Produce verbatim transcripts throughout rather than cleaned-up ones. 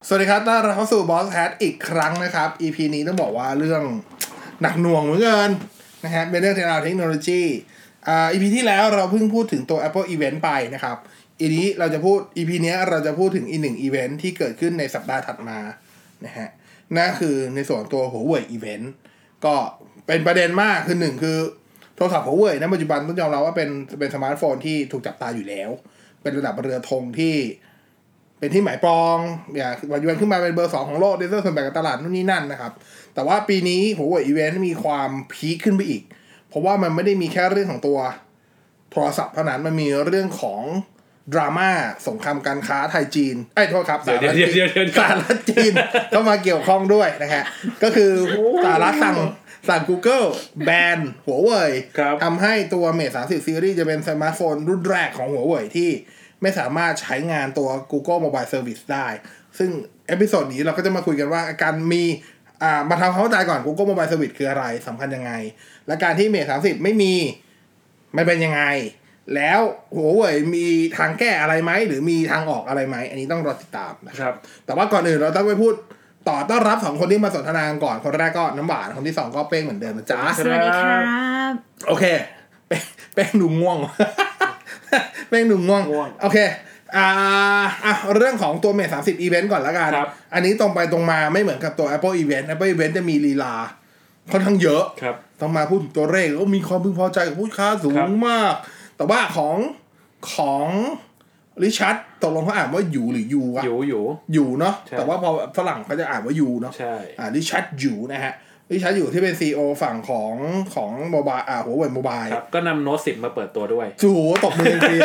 สวัสดีครับต้อนรับเข้าสู่ Boss Chat อีกครั้งนะครับ อี พี นี้ต้องบอกว่าเรื่องหนักหน่วงเหมือนกันนะฮะเป็นเรื่องเทคโนโลยีอ่า อี พี ที่แล้วเราเพิ่งพูดถึงตัว Apple Event ไปนะครับอีนี้เราจะพูด อี พี นี้เราจะพูดถึงอีกหนึ่ง Event ที่เกิดขึ้นในสัปดาห์ถัดมานะฮะนั่นคือในส่วนตัว Huawei Event ก็เป็นประเด็นมากคือหนึ่งคือโทรศัพท์ Huawei ณปัจจุบันต้องยอมรับว่าเป็นเป็นสมาร์ทโฟนที่ถูกจับตาอยู่แล้วเป็นระดับเรือธงที่เป็นที่หมายปองอย่างปัจจุบันขึ้นมาเป็นเบอร์สองของโลกในเรื่องส่วนแบ่งการตลาดนู่นนี่นั่นนะครับแต่ว่าปีนี้Huawei Eventมีความพีคขึ้นไปอีกเพราะว่ามันไม่ได้มีแค่เรื่องของตัวโทรศัพท์เท่านั้นมันมีเรื่องของดราม่าสงครามการค้าไทยจีนไอ้โทษครับสหรัฐจีนสหรัฐจีนเข้ามาเกี่ยวข้องด้วยนะฮะก็คือสหรัฐสั่งสั่ง Google แบน Huawei ทำให้ตัว Mate สามสิบ Series จะเป็นสมาร์ทโฟนรุ่นแรกของ Huawei ที่ไม่สามารถใช้งานตัว Google Mobile Service ได้ซึ่งเอพิโซดนี้เราก็จะมาคุยกันว่าการมีอ่ามาทำความเข้าใจก่อน Google Mobile Service คืออะไรสำคัญยังไงและการที่ Mate สามสิบไม่มีมันเป็นยังไงแล้ว Huawei มีทางแก้อะไรไหมหรือมีทางออกอะไรไหมอันนี้ต้องรอติดตามนะครับแต่ว่าก่อนอื่นเราต้องไปพูดต่อต้อนรับสองคนที่มาสนทนาก่อนคนแรกก็น้ำหวานคนที่สองก็เป้งเหมือนเดิมนะจ๊ะสวัสดีครับโอเคเป้งเป้งดูง่วงเป้งดูง่วงโอเคอ่าอ่ะเรื่องของตัว Mate สามสิบ Event ก่อนละกันอันนี้ตรงไปตรงมาไม่เหมือนกับตัว Apple Event Apple Event จะมีลีลาค่อนข้างเยอะต้องมาพูดถึงตัวเลขก็มีความพึงพอใจกับผู้ค้าสูงมากแต่ว่าของของริชาร์ดตกลงเขาอ่านว่ายูหรือยูวะยูยูยูเนาะแต่ว่าพอฝรั่งเขาจะอ่านว่ายูเนาะใช่อ่าริชาร์ดยูนะฮะริชาร์ดยูที่เป็น ซี อี โอ ฝั่งของของโมบายอ่าหัวเว่ยโมบายครับก็นำโน้ตสิบมาเปิดตัวด้วยจูตบมือที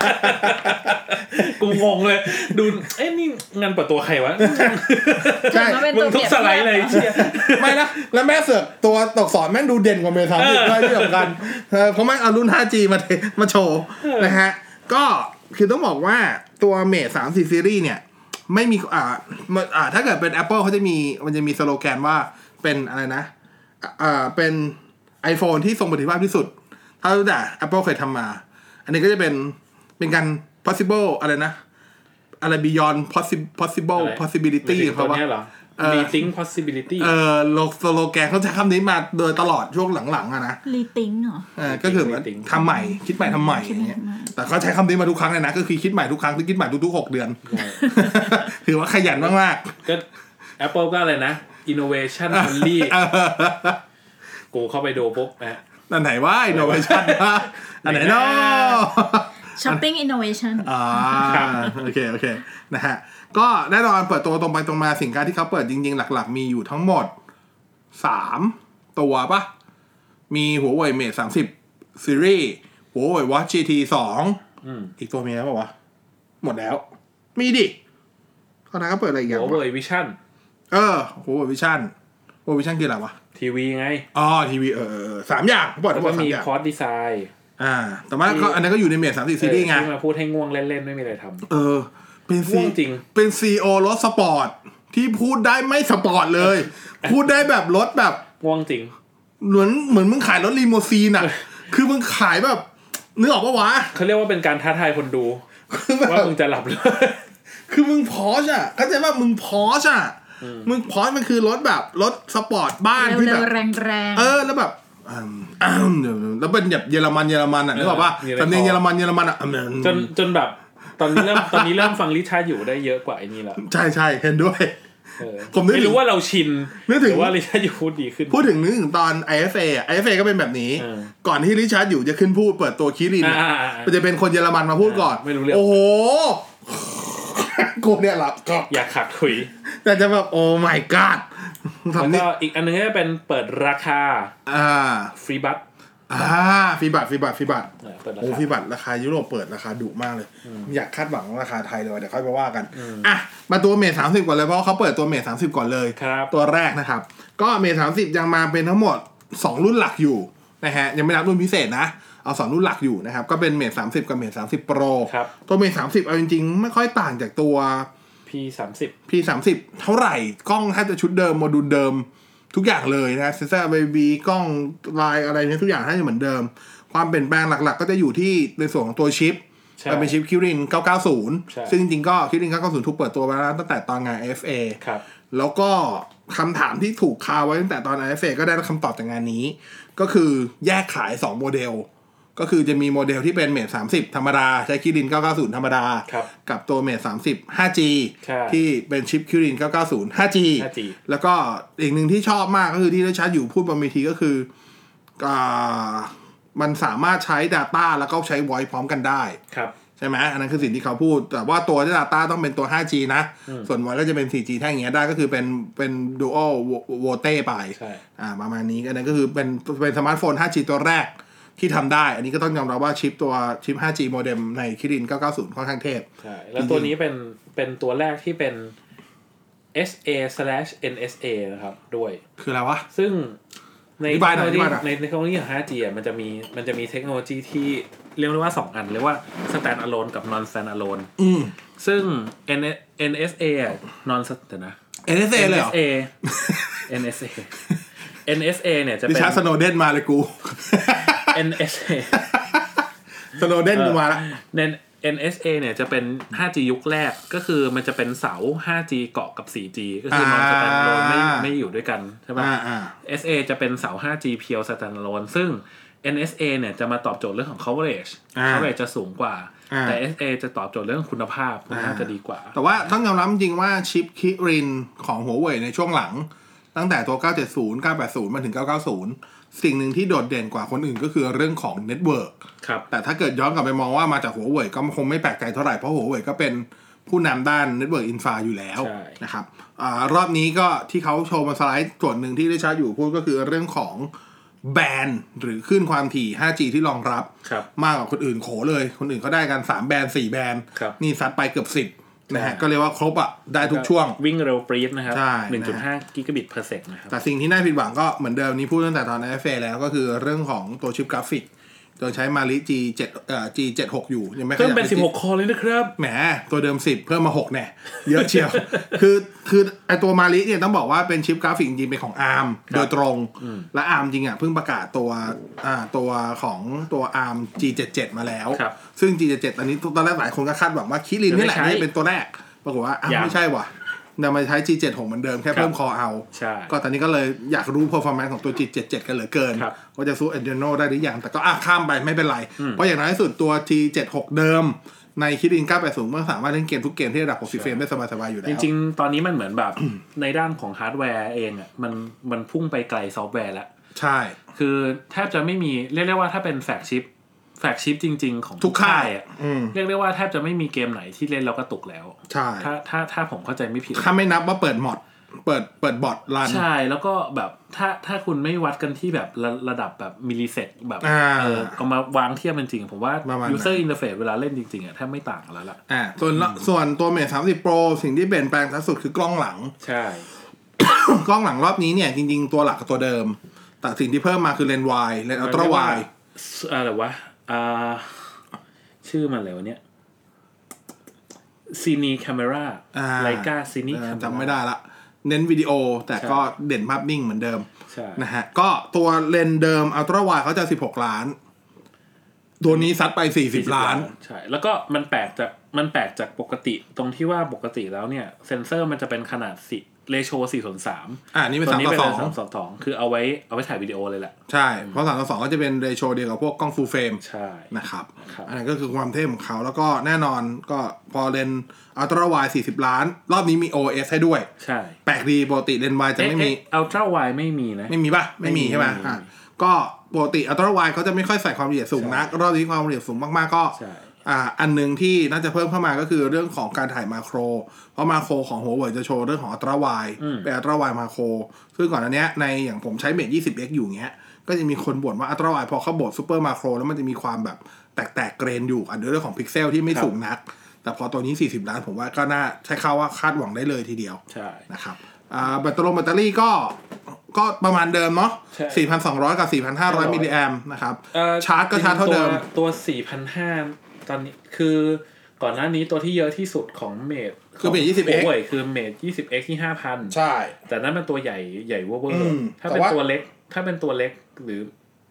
กูงงเลยดูเอ้ยนี่งานเปิดตัวใครวะใช่มึงทุกสไลด์เลยเชี่ยไม่นะแล้วแม่เสือกตัวตกสอนแม่งดูเด่นกว่าเมย์สามสิบด้วยที่สำคัญเพราะแม่งเอารุ่น ห้าจี มามาโชว์นะฮะก็คือต้องบอกว่าตัว Mate สามสิบ Series เนี่ยไม่มีอ่าอ่าถ้าเกิดเป็น Apple เขาจะมีมันจะมีสโลแกนว่าเป็นอะไรนะอ่าเป็น iPhone ที่ทรงประสิทธิภาพที่สุดเท่าที่ Apple เคยทำมาอันนี้ก็จะเป็นเป็นการ possible อะไรนะอะไร beyond possible possibility เขาว่าrethink possibility เออโลสโลแกนเขาใช้คำนี้มาโดยตลอดช่วงหลังๆอะนะ rethink เหรอเออก็คือว่าทำใหม่คิดใหม่ทำใหม่อย่างเงี้ยแต่เขาใช้คำนี้มาทุกครั้งเลยนะก็คือคิดใหม่ทุกครั้งคือคิดใหม่ทุกๆหกเดือนถือว่าขยันมากๆก็ Apple ก็อะไรนะ innovation only กูเข้าไปดูปุ๊บนะนั่นไหนว่า innovation อันไหนเนาะ shopping innovation อ่าโอเคโอเคนะฮะก็แน่นอนเปิดตัวตรงไปตรงมาสินค้าที่เขาเปิดจริงๆหลักๆมีอยู่ทั้งหมดสามตัวป่ะมี Huawei Mate สามสิบ Series Huawei Watch จี ที สองอืมอีกตัวมีแล้วป่ะวะหมดแล้วมีดิตอนนั้นเขาเปิดอะไรอีกอย่าง Huawei Vision เออ Huawei Vision Huawei Vision คืออะไรวะทีวีไงอ๋อทีวีเออสามอย่างเปิดทั้งหมดสามอย่างมีคอร์สดีไซน์อ่าแต่ว่าก็อันนั้นก็อยู่ใน Mate สามสิบ Series ไงที่มาพูดให้ง่วงเล่นๆไม่มีอะไรทำเออเป็นซีจริงเป็น ซี อี โอ รถสปอร์ตที่พูดได้ไม่สปอร์ตเลยพูดได้แบบรถแบบง่วงจริงเหมือนเหมือนมึงขายรถลีโมซีนอ่ะคือมึงขายแบบนึกออกปะวะเขาเรียกว่าเป็นการท้าทายคนดูว่ามึงจะหลับเลยคือมึงพอชอ่ะเข้าใจว่ามึงพอชอ่ะมึงพอชมันคือรถแบบรถสปอร์ตบ้านที่แบบแรงๆเออแล้วแบบอ้าวแล้วเป็นแบบเยอรมันเยอรมันอ่ะนึกออกปะสำเนียงเยอรมันเยอรมันอ่ะจนจนแบบตอนนี้เริ่มตอนนี้เริ่มฟังริชาร์ดอยู่ได้เยอะกว่าไอ้นี่แล้วใช่ๆเห็นด้วยผมไม่รู้ว่าเราชินหรือว่าริชาร์ดอยู่พูดดีขึ้นพูดถึงนึกถึงตอน ไอ เอฟ เอ อ่ะ ไอ เอฟ เอ ก็เป็นแบบนี้ก่อนที่ริชาร์ดอยู่จะขึ้นพูดเปิดตัวคิรินมันจะเป็นคนเยอรมันมาพูดก่อนไม่รู้เรื่องโอ้โหกูเนี่ยหลับก็อยากขัดขุยแต่จะแบบโอ้ my god แล้วก็อีกอันนึงก็เป็นเปิดราคาอ่าฟรีบัตอ่าฟรีบัตรฟรีบัตรฟรีบัตรโอ้ฟรีบัตรราคายุโรปเปิดราคาดุมากเลยอยากคาดหวังราคาไทยเลยเดี๋ยวค่อยไปว่ากันอ่ะมาตัว Mate สามสิบก่อนเลยเพราะเขาเปิดตัว Mate สามสิบก่อนเลยตัวแรกนะครับก็ Mate สามสิบยังมาเป็นทั้งหมดสองรุ่นหลักอยู่นะฮะยังไม่นับรุ่นพิเศษนะเอาสองรุ่นหลักอยู่นะครับก็เป็น Mate สามสิบกับ Mate สามสิบ Pro ตัว Mate สามสิบเอาจริงๆไม่ค่อยต่างจากตัวพี สามสิบพี สามสิบ เท่าไหร่กล้องแทบจะชุดเดิมโมดูลเดิมทุกอย่างเลยนะเซนเซอร์ เบบี กล้องลายอะไรเนี่ยทุกอย่างให้เหมือนเดิมความเปลี่ยนแปลงหลักๆก็จะอยู่ที่ในส่วนของตัวชิปมันเป็นชิป Kirin เก้าเก้าศูนย์ใช่ซึ่งจริงๆก็ Kirin เก้าเก้าศูนย์ถูกเปิดตัวมาแล้วตั้งแต่ตอนงาน เอ เอฟ เอครับแล้วก็คำถามที่ถูกคาไว้ตั้งแต่ตอน เอ เอฟ เอ ก็ได้คำตอบจากงานนี้ก็คือแยกขายสองโมเดลก็คือจะมีโมเดลที่เป็นเมทสามสิบธรรมดาใช้ Kirin เก้าเก้าศูนย์ธรรมดากับตัวเมทสามสิบ ห้าจี ที่เป็นชิป Kirin เก้าเก้าศูนย์ ห้าจีห้าจีแล้วก็อีกหนึ่งที่ชอบมากก็คือที่ได้ชัดอยู่พูดบนเวทีก็คืออ่ามันสามารถใช้ Data แล้วก็ใช้ Voice พร้อมกันได้ครับใช่ไหมอันนั้นคือสิ่งที่เขาพูดแต่ว่าตัว Data ต้องเป็นตัว ห้าจี นะส่วน Voice ก็จะเป็น โฟร์จี ถ้าอย่างเงี้ยได้ก็คือเป็นเป็น Dual Vote ไปอ่าประมาณนี้อันนั้นก็คือเป็นเป็นสมาร์ทโฟน ห้าจี ตัวแรกที่ทำได้อันนี้ก็ต้องยอมรับว่าชิปตัวชิป ห้าจี โมเด็มใน Kirin เก้าเก้าศูนย์ค่อนข้างเทพใช่แล้วตัวนี้เป็นเป็นตัวแรกที่เป็น เอส เอ สแลช เอ็น เอส เอ นะครับด้วยคืออะไรวะซึ่งในเทคโนโลยีในเทคโนโลยีของ ห้าจี อ่ะมันจะมีมันจะมีเทคโนโลยีที่เรียกได้ว่าสองอันเรียกว่า stand alone กับ non stand alone อืมซึ่ง เอ็น เอส เอ อ่ะ non เดี๋ยวนะเอ็น เอส เอ เลยเหรอเอ็น เอส เอ เอ็น เอส เอ เนี่ยจะเป็นดิชาร์ดสโนเดนมาเลยกูเอ็น เอส เอสโนเดนกูมาละใน เอ็น เอส เอ เนี่ยจะเป็น ห้าจี ยุคแรกก็คือมันจะเป็นเสา ห้าจี เกาะกับ โฟร์จี ก็คือ non standalone ไม่ไม่อยู่ด้วยกันใช่ป่ะ เอส เอ จะเป็นเสา ห้าจี เพียว standalone ซึ่ง เอ็น เอส เอ เนี่ยจะมาตอบโจทย์เรื่องของ coverage coverage จะสูงกว่าแต่ เอส เอ จะตอบโจทย์เรื่องคุณภาพคุณภาพจะดีกว่าแต่ว่าต้องยอมรับจริงว่าชิป Kirin ของ Huawei ในช่วงหลังตั้งแต่ตัวเก้าเจ็ดศูนย์ เก้าแปดศูนย์มาถึงเก้าเก้าศูนย์สิ่งหนึ่งที่โดดเด่นกว่าคนอื่นก็คือเรื่องของเน็ตเวิร์กแต่ถ้าเกิดย้อนกลับไปมองว่ามาจาก Huawei ก็คงไม่แปลกใจเท่าไหร่เพราะ Huawei ก็เป็นผู้นำด้านเน็ตเวิร์กอินฟราอยู่แล้วนะครับอ่ารอบนี้ก็ที่เขาโชว์มาสไลด์ส่วนหนึ่งที่ได้ชัดอยู่พูดก็คือเรื่องของแบนด์หรือขึ้นความถี่ ห้าจี ที่รองรับมากกว่าคนอื่นโขเลยคนอื่นเขาได้กันสามแบนด์สี่แบนด์นี่ซัดไปเกือบสิบนะฮะก็เรียกว่าครบอ่ะได้ทุกช่วงวิ่งเร็วปรี๊ดนะครับ หนึ่งจุดห้า กิกะบิต per sec นะครับแต่สิ่งที่น่าผิดหวังก็เหมือนเดิมนี้พูดตั้งแต่ตอน เอ เอฟ เอ แล้วก็คือเรื่องของตัวชิปกราฟิกโดยใช้ Mali จี เจ็ด เอ่อ จี เจ็ดสิบหก อยู่ยังไม่ขยับเพิ่มเป็นสิบหกคอเลยนะครับแหมตัวเดิมสิบเพิ่มมาหกแน่เยอะเชียว คือคือไอตัว Mali เนี่ยต้องบอกว่าเป็นชิปกราฟิกจริงๆเป็นของ อาร์ม โดยตรงและ อาร์ม จริงอ่ะเพิ่งประกาศตัวอ่าตัวของตัว อาร์ม จี เจ็ดสิบเจ็ด มาแล้วซึ่ง จี เจ็ดสิบเจ็ด ตอนนี้ตอนแรกหลายคนก็คาดหวังว่า Kirin นี่แหละที่เป็นตัวแรกปรากฏว่าไม่ใช่ว่ะนำมาใช้ จี เจ็ดสิบหก เหมือนเดิมแค่เพิ่มคอเอาก็ตอนนี้ก็เลยอยากรู้ performance ของตัว จี เจ็ดสิบเจ็ด กันเหลือเกินว่าจะสู้ Adreno ได้หรือยังแต่ก็อ่ะข้ามไปไม่เป็นไรเพราะอย่างน้อยที่สุดตัว จี เจ็ดสิบหก เดิมใน Kirin เก้าแปดศูนย์มันสามารถเล่นเกมทุกเกมที่ระดับหกสิบเฟรมได้สบายๆอยู่แล้วจริงๆตอนนี้มันเหมือนแบบ ในด้านของฮาร์ดแวร์เองอ่ะมันมันพุ่งไปไกลซอฟต์แวร์แล้วใช่คือแทบจะไม่มีเรียกได้ว่าถ้าเป็นแฟลกชิปแฟลกชิปจริงๆของทุกค่ายอ่ะเรียกได้ว่าแทบจะไม่มีเกมไหนที่เล่นแล้วก็ตกแล้วใช่ถ้าถ้าถ้าผมเข้าใจไม่ผิดถ้าไม่นับว่าเปิดมอดเปิดเปิดบอทรันใช่แล้วก็แบบถ้าถ้าคุณไม่วัดกันที่แบบระระดับแบบมิลลิเซกแบบเออเอามาวางเทียบเป็นจริงผมว่า user interface เวลาเล่นจริงๆอ่ะแทบไม่ต่างกันแล้วล่ะอ่าส่วนส่วนตัว Mate สามสิบ Pro สิ่งที่เปลี่ยนแปลงที่สุดคือกล้องหลังใช่กล้องหลังรอบนี้เนี่ยจริงๆตัวหลักกับตัวเดิมแต่สิ่งที่เพิ่มมาคือเลนส์ wide เลนส์ ultra wide อะไรวะอ่าชื่อมันอะไรวะเนี่ยซีนีแคมเมราไลกาซีนีจำไม่ได้ละเน้นวิดีโอแต่ก็เด่นภาพนิ่งเหมือนเดิมนะฮะก็ตัวเลนส์เดิม ultra wide เขาจะสิบหกล้านตัวนี้ซัดไปสี่สิบล้านใช่แล้วก็มันแปลกจากมันแปลกจากปกติตรงที่ว่าปกติแล้วเนี่ยเซนเซอร์มันจะเป็นขนาดสิเรโชสี่ส่วนสามอ่านี่เป็นสามต่อสองสามต่อสองคือเอาไว้เอาไว้ถ่ายวิดีโอเลยแหละใช่เพราะสามต่อสองก็จะเป็นเรโชเดียวกับพวกกล้องฟูลเฟรมใช่นะครับอันนั้นก็คือความเท่ของเขาแล้วก็แน่นอนก็พอเลนส์อัลตร้าไวด์สี่สิบล้านรอบนี้มี โอ เอส ให้ด้วยใช่แปลกดีปกติเลนส์ไวด์จะไม่มีอัลตร้าไวด์ไม่มีนะไม่มีป่ะไม่มีใช่ป่ะอ่ะก็ปกติอัลตร้าไวด์เขาจะไม่ค่อยใส่ความละเอียดสูงนักรอบนี้ความละเอียดสูงมากๆก็อ่าอันนึงที่น่าจะเพิ่มเข้ามาก็คือเรื่องของการถ่ายมาโครเพราะมาโครของ Huawei จะโชว์เรื่องของอัลตร้าไวด์เป็นอัลตร้าไวด์มาโครซึ่งก่อนอันเนี้ยในอย่างผมใช้ Mate ยี่สิบ เอ็กซ์ อยู่เงี้ยก็จะมีคนบ่นว่าอัลตร้าไวด์พอเขาบดซูเปอร์มาโครแล้วมันจะมีความแบบแตกๆเกรนอยู่อันเรื่องของพิกเซลที่ไม่สูงนักแต่พอตัวนี้สี่สิบล้านผมว่าก็น่าใช้คำว่าคาดหวังได้เลยทีเดียวใช่นะครับอ่าแบตเตอรี่แบตเตอรี่ก็ก็ประมาณเดิมเนาะ สี่พันสองร้อย กับ สี่พันห้าร้อย มิลลิแอมป์นะครับชาร์จก็ชาร์จเท่าเดิมตัว สี่พันห้าร้อย ตอนนี้คือก่อนหน้านี้ตัวที่เยอะที่สุดของ Mate คือ Mate ยี่สิบ เอ็กซ์คือ Mate ยี่สิบ เอ็กซ์ ที่ ห้าพันใช่แต่นั้นมันตัวใหญ่ใหญ่เวอร์ๆถ้าเป็นตัวเล็กถ้าเป็นตัวเล็กหรือ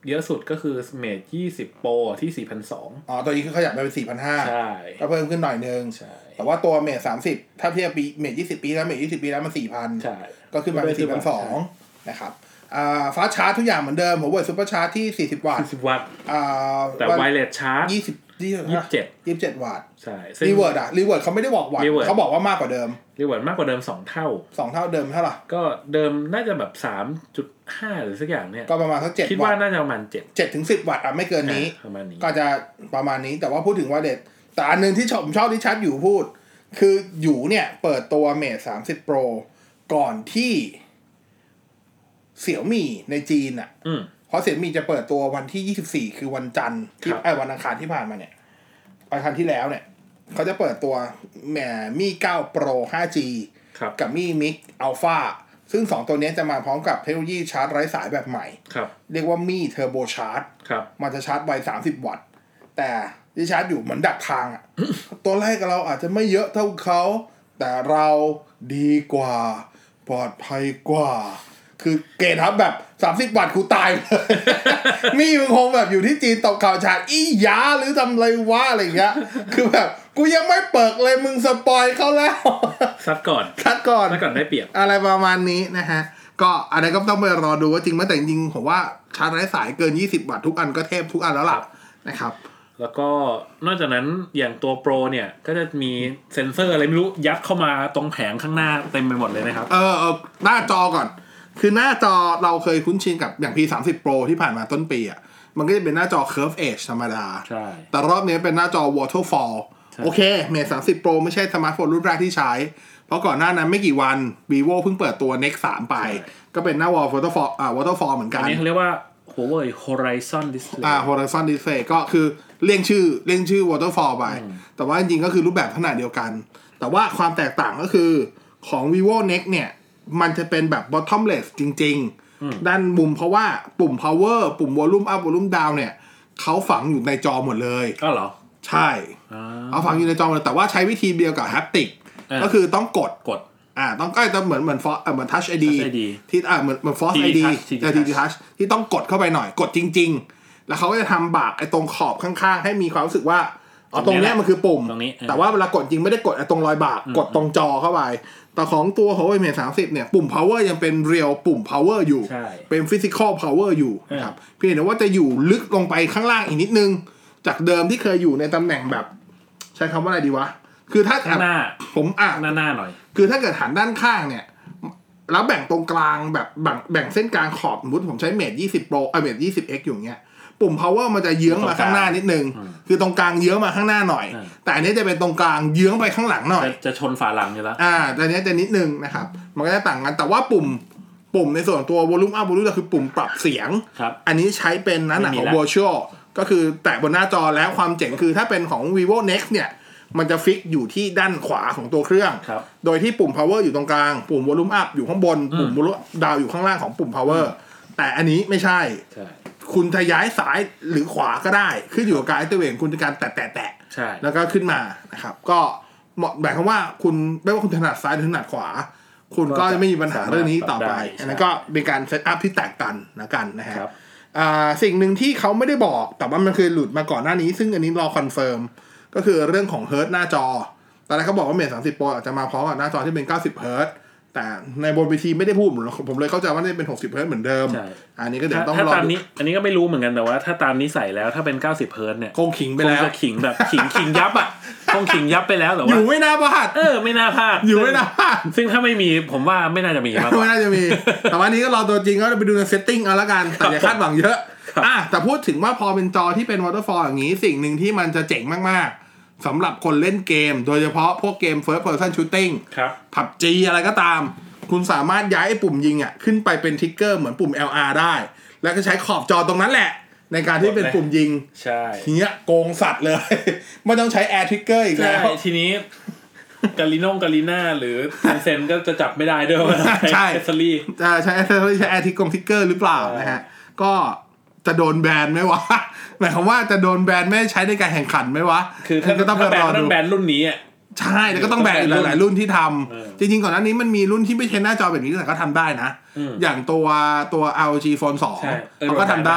เยอะสุดก็คือ Mate ยี่สิบ Pro ที่ สี่พันสองร้อยอ๋อตัวนี้คือขยับไปเป็น สี่พันห้าร้อยใช่ก็เพิ่มขึ้นหน่อยนึงใช่แต่ว่าตัว Mate สามสิบถ้าเทียบปี Mate ยี่สิบปีแล้ว Mate ยี่สิบปีแล้วมัน สี่พันใช่ก็ขึ้นมาเป็น สี่พันสองร้อย นะครับอ่าฟาสต์ชาร์จทุกอย่างเหมือนเดิมหัวเว่ยซุปเปอร์ชาร์จที่สี่สิบวัตต์สี่สิบวัตต์อ่าแต่ไวเลสชาร์จยี่สิบยี่สิบเจ็ด ยี่สิบเจ็ดวัตต์ใช่รีเวิร์ดอ่ะรีเวิร์ดเขาไม่ได้บอกวัตต์เขาบอกว่ามากกว่าเดิมรีเวิร์ดมากกว่าเดิมสองเท่าสองเท่าเดิมเท่าไหร่ก็เดิมน่าจะแบบ สามจุดห้า หรือสักอย่างเนี่ยก็ประมาณสักเจ็ดคิดว่าน่าจะประมาณเจ็ดเจ็ดถึงสิบวัตต์อ่ะไม่เกินนี้ประมาณนี้ก็จะประมาณนี้แต่ว่าพูดถึงว่าเด็ดแต่อันนึงที่ผมชอบที่ชัดอยู่พูดคืออยู่เนี่ยเปิดตัว Mate สามสิบ Pro ก่อนที่เสี่ยวมี่ในจีนอ่ะเพราะเสี่ยวมี่จะเปิดตัววันที่ยี่สิบสี่คือวันจันทร์ที่ไอ้วันอังคารที่ผ่านมาเนี่ยวันอังคารที่แล้วเนี่ยเขาจะเปิดตัวแหมมี่เก้า Pro ไฟว์จี กับมี่ Mix Alpha ซึ่งสองตัวนี้จะมาพร้อมกับเทคโนโลยีชาร์จไร้สายแบบใหม่เรียกว่ามี่ Turbo Charge มันจะชาร์จไวสามสิบวัตต์แต่ที่ชาร์จอยู่เหมือนดักทางอ่ะ ตัวแรกเราอาจจะไม่เยอะเท่าเขาแต่เราดีกว่าปลอดภัยกว่าคือเกณฑ์ทับแบบสามสิบวัตต์กูตายเลย มี่มึงคงแบบอยู่ที่จีนตกข่าวฉาดอีหยาหรือทำไรวะอะไรอย่างเงี้ยคือแบบกูยังไม่เปิดเลยมึงสปอยเขาแล้วซัดก่อนซัดก่อนซัดก่อนได้เปรียบอะไรประมาณนี้นะฮะก็อะไรก็ต้องไปรอดูว่าจริงไหมแต่จริงๆผมว่าชาร์จไร้สายเกินยี่สิบวัตต์ทุกอันก็เทพทุกอันแล้วล่ะนะครับแล้วก็นอกจากนั้นอย่างตัวโปรเนี่ยก็จะมีเซ็นเซอร์อะไรไม่รู้ยัดเข้ามาตรงแผงข้างหน้าเต็มไปหมดเลยนะครับเออเออหน้าจอก่อนคือหน้าจอเราเคยคุ้นชินกับอย่าง พี สามสิบ Pro ที่ผ่านมาต้นปีอ่ะมันก็จะเป็นหน้าจอ Curve Edge ธรรมดาใช่แต่รอบนี้เป็นหน้าจอ Waterfall โอเค Mate สามสิบ Pro ไม่ใช่สมาร์ทโฟนรุ่นแรกที่ใช้เพราะก่อนหน้านั้นไม่กี่วัน Vivo เพิ่งเปิดตัว Nex สามไปก็เป็นหน้า Waterfall อ่า Waterfall เหมือนกันอันนี้เขาเรียกว่า Huawei Horizon Display อ่า Horizon Display ก็คือเรียกชื่อเรียกชื่อ Waterfall ไปแต่ว่าจริงๆก็คือรูปแบบขนาดเดียวกันแต่ว่าความแตกต่างก็คือของ Vivo Nex เนี่ยมันจะเป็นแบบ bottomless จริงๆด้านมุมเพราะว่าปุ่ม power ปุ่ม volume up volume down เนี่ยเขาฝังอยู่ในจอหมดเลยก็เหรอใช่เอาฝังอยู่ในจอหมดแต่ว่าใช้วิธีเดียวกับ haptic ก็คือต้องกดกดอ่าต้องใกล้จะเหมือนเหมือนฟอสเหมือน touch ไอ ดี ที่อ่าเหมือนเหมือน force ไอ ดี แต่ ที ดี touch ที่ต้องกดเข้าไปหน่อยกดจริงๆแล้วเขาก็จะทำบากไอ้ตรงขอบข้างๆให้มีความรู้สึกว่าเอาตรงนี้มันคือปุ่มแต่ว่าเวลากดจริงไม่ได้กดไอ้ตรงรอยบากกดตรงจอเข้าไปแต่ของตัว Huawei Mate สามสิบเนี่ยปุ่ม power ยังเป็น real ปุ่ม power อยู่เป็น physical power อยู่นะครับเพียงแต่ว่าจะอยู่ลึกลงไปข้างล่างอีกนิดนึงจากเดิมที่เคยอยู่ในตำแหน่งแบบใช้คำว่าอะไรดีวะคือถ้าหน้าผมอ่ะหน้าหน้าหน่อยคือถ้าเกิดหันด้านข้างเนี่ยแล้วแบ่งตรงกลางแบบแบ่งแบ่งเส้นกลางขอบสมมติผมใช้ Mate ยี่สิบ Pro เอ่อ Mate ยี่สิบ เอ็กซ์ อยู่เงี้ยปุ่ม power มันจะเยื้องมาข้างหน้านิดนึงคือตรงกลางเยื้องมาข้างหน้าหน่อยแต่อันนี้จะเป็นตรงกลางเยื้องไปข้างหลังหน่อยจะชนฝาหลังอยู่แล้วอ่าแต่อันนี้จะนิดนึงนะครับมันก็จะต่างกันแต่ว่าปุ่มปุ่มในส่วนตัว volume up volume down คือปุ่มปรับเสียงอันนี้ใช้เป็นลักษณะของ virtual ก็คือแตะบนหน้าจอแล้วความเจ๋งคือถ้าเป็นของ Vivo Nex เนี่ยมันจะฟิกอยู่ที่ด้านขวาของตัวเครื่องโดยที่ปุ่ม power อยู่ตรงกลางปุ่ม volume up อยู่ข้างบนปุ่ม volume down อยู่ข้างล่างของปุ่ม power แต่อันนี้ไม่ใช่คุณจะย้ายซ้ายหรือขวาก็ได้ขึ้นอยู่กับการ activate คุณในการแตะแตะแตะแล้วก็ขึ้นมานะครับก็เหมาะแบบคำว่าคุณไม่ว่าคุณถนัดซ้ายหรือถนัดขวาคุณก็จะไม่มีปัญหาเรื่องนี้ต่อไปอันนั้นก็เป็นการเซตอัพที่แตกต่างนะกันนะฮะสิ่งหนึ่งที่เขาไม่ได้บอกแต่ว่ามันเคยหลุดมาก่อนหน้านี้ซึ่งอันนี้รอคอนเฟิร์มก็คือเรื่องของเฮิร์ตหน้าจอตอนแรกเขาบอกว่า Mate สามสิบ Pro อาจจะมาพร้อมกับหน้าจอที่เป็นเก้าสิบเฮิร์ตแต่ในบนเวทีไม่ได้พูดผมเลยเข้าใจว่านี่เป็นหกสิบเฮิร์ตเหมือนเดิมอันนี้ก็เดี๋ยวต้องรอดูถ้าตามนี้อันนี้ก็ไม่รู้เหมือนกันแต่ว่าถ้าตามนี้ใส่แล้วถ้าเป็นเก้าสิบเฮิร์ตเนี่ยคงขิงไปแล้วคงจะขิงแบบขิงขิงยับอ่ะคงขิงยับไปแล้วแต่ว่าอยู่ไม่น่าพลาดเออไม่น่าพลาดอยู่ไม่น่าพลาดซึ่งถ้าไม่มีผมว่าไม่น่าจะมีครับไม่น่าจะมีแต่วันนี้ก็รอตัวจริงก็ไปดูในเซตติ้งเอาละกันแต่อย่าคาดหวังเยอะอ่ะแต่พูดถึงว่าพอเป็นจอที่เป็น waterfall อย่างนี้สิ่งหนึ่งที่มันจะเจ๋งมากๆสำหรับคนเล่นเกมโดยเฉพาะพวกเกม first person shooting ครับพับจี อะไรก็ตามคุณสามารถย้ายไอ้ปุ่มยิงอ่ะขึ้นไปเป็นทริกเกอร์เหมือนปุ่ม แอล อาร์ ได้แล้วก็ใช้ขอบจอตรงนั้นแหละในการที่เป็นปุ่มยิงใช่ทีเนี้ยโกงสัตว์เลยไม่ต้องใช้ Air Trigger อีกแล้วทีนี้กาลิโนกาลิน่าหรือเทนเซ็นก็จะจับไม่ได้ด้วยใช่แอคเซสซอรี่ใช้แอคเซสซอรี่ใช้ Air Trigger หรือเปล่านะฮะก็จะโดนแบนไหมวะหมายความว่าจะโดนแบนไม่ใช้ในการแข่งขันไหมวะคือถ้าต้องไปรอดูแบนรุ่นนี้อ่ะใช่แล้วก็ต้องแบนอีกหลายๆรุ่นที่ทำจริงๆก่อนหน้านี้มันมีรุ่นที่ไม่ใช่หน้าจอแบบนี้แต่ก็ทำได้นะอย่างตัวตัว แอล จี Phone สองเขาก็ทำได้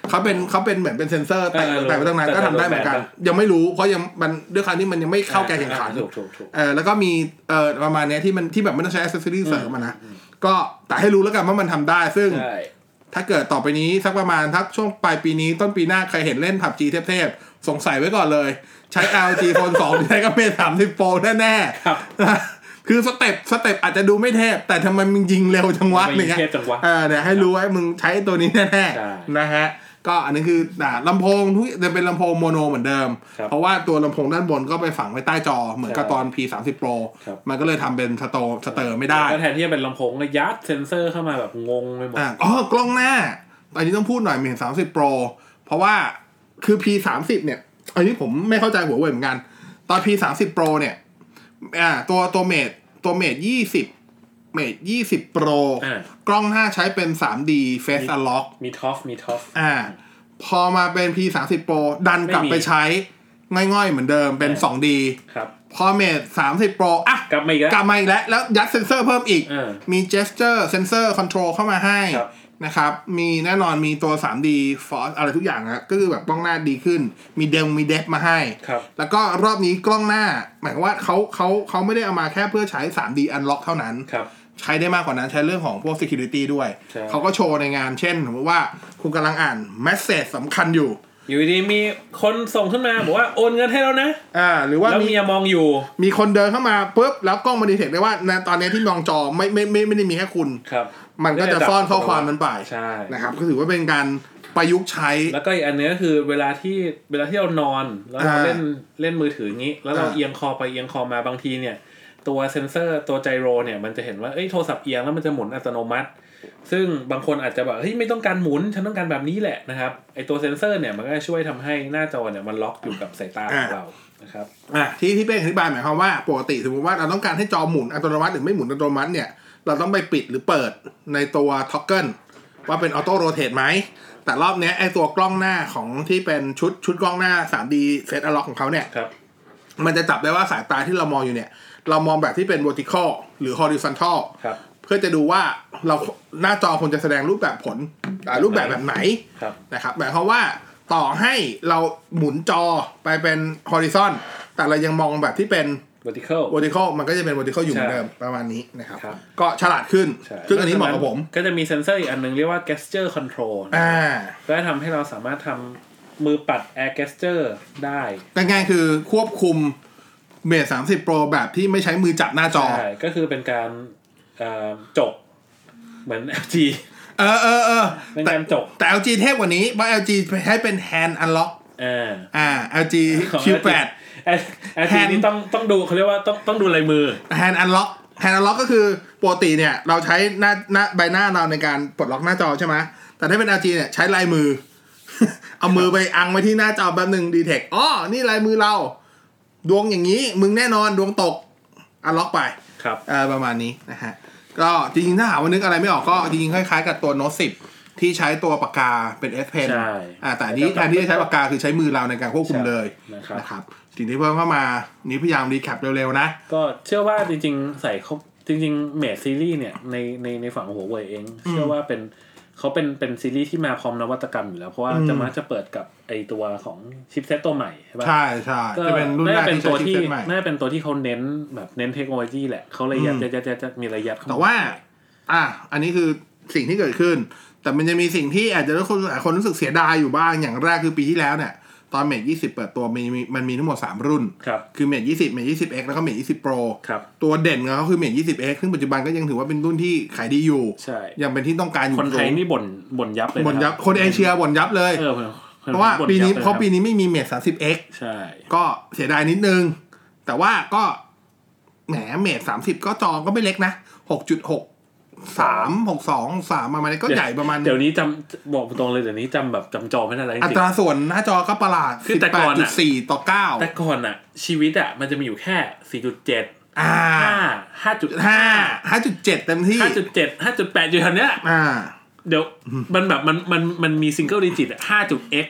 เขาเป็นเขาเป็นเหมือนเป็นเซ็นเซอร์แต่แต่ไปตั้งนานก็ทำได้เหมือนกันยังไม่รู้เพราะยังมันด้วยความที่มันยังไม่เข้าแกนแข่งขันเออแล้วก็มีเอ่อประมาณนี้ที่มันที่แบบไม่ต้องใช้แอคเซสซอรี่เสริมมันนะก็แต่ให้รู้แล้วกันว่ามันทำได้ซึ่งถ้าเกิดต่อไปนี้สักประมาณทักช่วงปลายปีนี้ต้นปีหน้าใครเห็นเล่น พับจี เทพๆสงสัยไว้ก่อนเลยใช้ แอล จี Phone สองใช้กับ Mate สามสิบ Pro แน่ๆครับคือสเต็ปสเต็ปอาจจะดูไม่เทพแต่ทำไมมึงยิงเร็วจังวะอะไรเงี้ยเออเนี่ยให้รู้ไว้มึงใช้ตัวนี้แน่ๆนะฮะก็อันนี้คือลำโพงทุกจะเป็นลำโพงโมโนเหมือนเดิมเพราะว่าตัวลำโพงด้านบนก็ไปฝังไว้ใต้จอเหมือนกับตอน พี สามสิบ Pro มันก็เลยทำเป็นสโตสเตอร์ไม่ได้ก็แทนที่จะเป็นลำโพงก็ยัดเซ็นเซอร์เข้ามาแบบงงไปหมดอ๋อกล้องหน้าอันนี้ต้องพูดหน่อยมี สามสิบ Pro เพราะว่าคือ พี สามสิบ เนี่ยอันนี้ผมไม่เข้าใจหัวเว่ยเหมือนกันตอน พี สามสิบ Pro เนี่ยอ่าตัวตัวเมทตัวเมทยี่สิบเมทยี่สิบ Pro กล้องหน้าใช้เป็น ทรีดี Face Unlock มีท็อฟมีท็อฟอ่าพอมาเป็น พี สามสิบ Pro ดันกลับไปใช้ง่อยๆเหมือนเดิมเป็น ทูดีครับพอเมทสามสิบ Pro อ่ะกลับมาอีกแล้วกลับมาอีกแล้วแล้วยัดเซนเซอร์เพิ่มอีกมี gesture sensor control เข้ามาให้นะครับมีแน่นอนมีตัว ทรีดี Force อะไรทุกอย่างนะก็คือแบบกล้องหน้าดีขึ้นมีเดลมีเดฟมาให้แล้วก็รอบนี้กล้องหน้าหมายความว่าเขาเขาเขาไม่ได้เอามาแค่เพื่อใช้ ทรีดี Unlock เท่านั้นใช้ได้มากกว่านั้นใช้เรื่องของพวก security ด้วยเขาก็โชว์ในงานเช่นสมมติว่าคุณกำลังอ่าน message สำคัญอยู่อยู่ดีมีคนส่งขึ้นมาบอกว่าโอนเงินให้แล้วนะอ่าหรือว่าแล้วเมียมองอยู่มีคนเดินเข้ามาปุ๊บแล้วกล้องมันดีเทคได้ว่าตอนนี้ที่มองจอไม่ไม่ไม่ไม่ได้มีแค่คุณครับมันก็จะซ่อนข้อความนั้นไปนะครับก็ถือว่าเป็นการประยุกต์ใช้แล้วก็อีกอันนึงก็คือเวลาที่เวลาที่เรานอนแล้วเราเล่นเล่นมือถืออย่างนี้แล้วเราเอียงคอไปเอียงคอมาบางทีเนี่ยตัวเซนเซอร์ตัวไจโรเนี่ยมันจะเห็นว่าเอ้ยโทรศัพท์เอียงแล้วมันจะหมุนอัตโนมัติซึ่งบางคนอาจจะแบบเฮ้ยไม่ต้องการหมุนฉันต้องการแบบนี้แหละนะครับไอตัวเซนเซอร์เนี่ยมันก็ช่วยทำให้หน้าจอเนี่ยมันล็อกอยู่กับสายตาของเรานะครับอ่ะที่ที่เป้อธิบายหมายความว่าปกติสมมติว่าเราต้องการให้จอหมุนอัตโนมัติหรือไม่หมุนอัตโนมัติเนี่ยเราต้องไปปิดหรือเปิดในตัวท็อกเกิลว่าเป็นออโต้โรเทตไหมแต่รอบนี้ไอตัวกล้องหน้าของที่เป็นชุดชุดกล้องหน้า ทรีดี Face Unlock ของเขาเนี่ยมันจะจับได้ว่าสายตาที่เรามองอยู่เนี่ยเรามองแบบที่เป็น vertical หรือ horizontal เพื่อจะดูว่าเราหน้าจอควรจะแสดงรูปแบบผลรูปแบบแบบไหนนะครับหมายความว่าต่อให้เราหมุนจอไปเป็น horizon แต่เรายังมองแบบที่เป็น vertical vertical มันก็จะเป็น vertical อยู่เหมือนเดิมประมาณนี้นะครับก็ฉลาดขึ้นซึ่งอันนี้เหมาะกับผมก็จะมีเซ็นเซอร์อีกอันนึงเรียกว่า gesture control อ่าเพื่อทำให้เราสามารถทำมือปัด air gesture ได้ง่ายๆคือควบคุม Mate สามสิบ Pro แบบที่ไม่ใช้มือจับหน้าจอใช่ก็คือเป็นการจบเหมือน แอล จีเออเออเออเป็นการจบแต่ แอล จี เทพกว่านี้เพราะ แอล จี ใช้เป็น hand unlock อ่าอ่า แอล จี คิว แปดแอล จี นี่ต้องต้องดูเขาเรียกว่าต้องต้องดูลายมือ hand unlock hand unlock ก็คือปกติเนี่ยเราใช้หน้าหน้าใบหน้าเราในการปลดล็อกหน้าจอใช่ไหมแต่ถ้าเป็น แอล จี เนี่ยใช้ลายมือ เอามือไปอังไว้ที่หน้าจอแป๊บนึงดีเทคอ๋อนี่ลายมือเราดวงอย่างนี้มึงแน่นอนดวงตก unlock ไปครับเออประมาณนี้นะฮะก็จริงๆถ้าหาว่านึกอะไรไม่ออกก็จริงๆคล้ายๆกับตัว Note สิบที่ใช้ตัวปากกาเป็น S Pen ใช่อ่าแต่นี้แทนที่จะใช้ปากกาคือใช้มือเราในการควบคุมเลยนะครับสิ่งที่เพิ่มเข้ามานี้พยายามรีแคปเร็วๆนะก็เชื่อว่าจริงๆใส่เขาจริงๆ Mate ซีรีส์เนี่ยในในในฝั่งหัวเว่ยเองเชื่อว่าเป็นเขาเป็นเป็นซีรีส์ที่มาพร้อมนวัตกรรมอยู่แล้วเพราะว่าจะมาจะเปิดกับไอตัวของชิปเซตตัวใหม่ใช่ป่ะใช่ใช่จะเป็นรุ่นแรกที่ใช้ชิปเซตใหม่น่าจะเป็นตัวที่เขาเน้นแบบเน้นเทคโนโลยีแหละเขาเลยยัดยัดยัดยัดมีระยะแต่ว่าอ่ะอันนี้คือสิ่งที่เกิดขึ้นแต่มันจะมีสิ่งที่อาจจะคนหลายคนรู้สึกเสียดายอยู่บ้างอย่างแรกคือปีที่แล้วเนี่ยตอน Mate ยี่สิบเปิดตัวมันมีมันมีทั้งหมดสามรุ่นคือ Mate ยี่สิบ Mate ยี่สิบ เอ็กซ์ แล้วก็ Mate ยี่สิบ Pro ตัวเด่นของเขาคือ Mate ยี่สิบ เอ็กซ์ ซึ่งปัจจุบันก็ยังถือว่าเป็นรุ่นที่ขายดีอยู่ยังเป็นที่ต้องการอยู่คนไทยนี่บ่นบ่นยับเลยบ่นยับคนเอเชียบ่นยับเลยเพราะว่าปีนี้เพราะปีนี้ไม่มี Mate สามสิบ เอ็กซ์ใช่ก็เสียดายนิดนึงแต่ว่าก็แหม Mate สามสิบก็จอก็ไม่เล็กนะ หกจุดหกสาม หกสอง สามประมาณนี้ก็ใหญ่ประมาณเดี๋ยวนี้จำบอกตรงเลยเดี๋ยวนี้จำแบบจำจอไม่ได้อะไรจริงอัตราส่วนหน้าจอก็ประหลาดสิบแปดจุดสี่ต่อเก้าแต่ก่อนอ่ะชีวิตอ่ะมันจะมีอยู่แค่ สี่จุดเจ็ดอ่าห้า ห้าจุดห้าห้าจุดเจ็ด เต็มที่ห้าจุดเจ็ด ห้าจุดแปด อยู่แถวเนี้ยอ่าเดี๋ยวมันแบบมันมันมันมีซิงเกิลดิจิตอ่ะ ห้าจุด x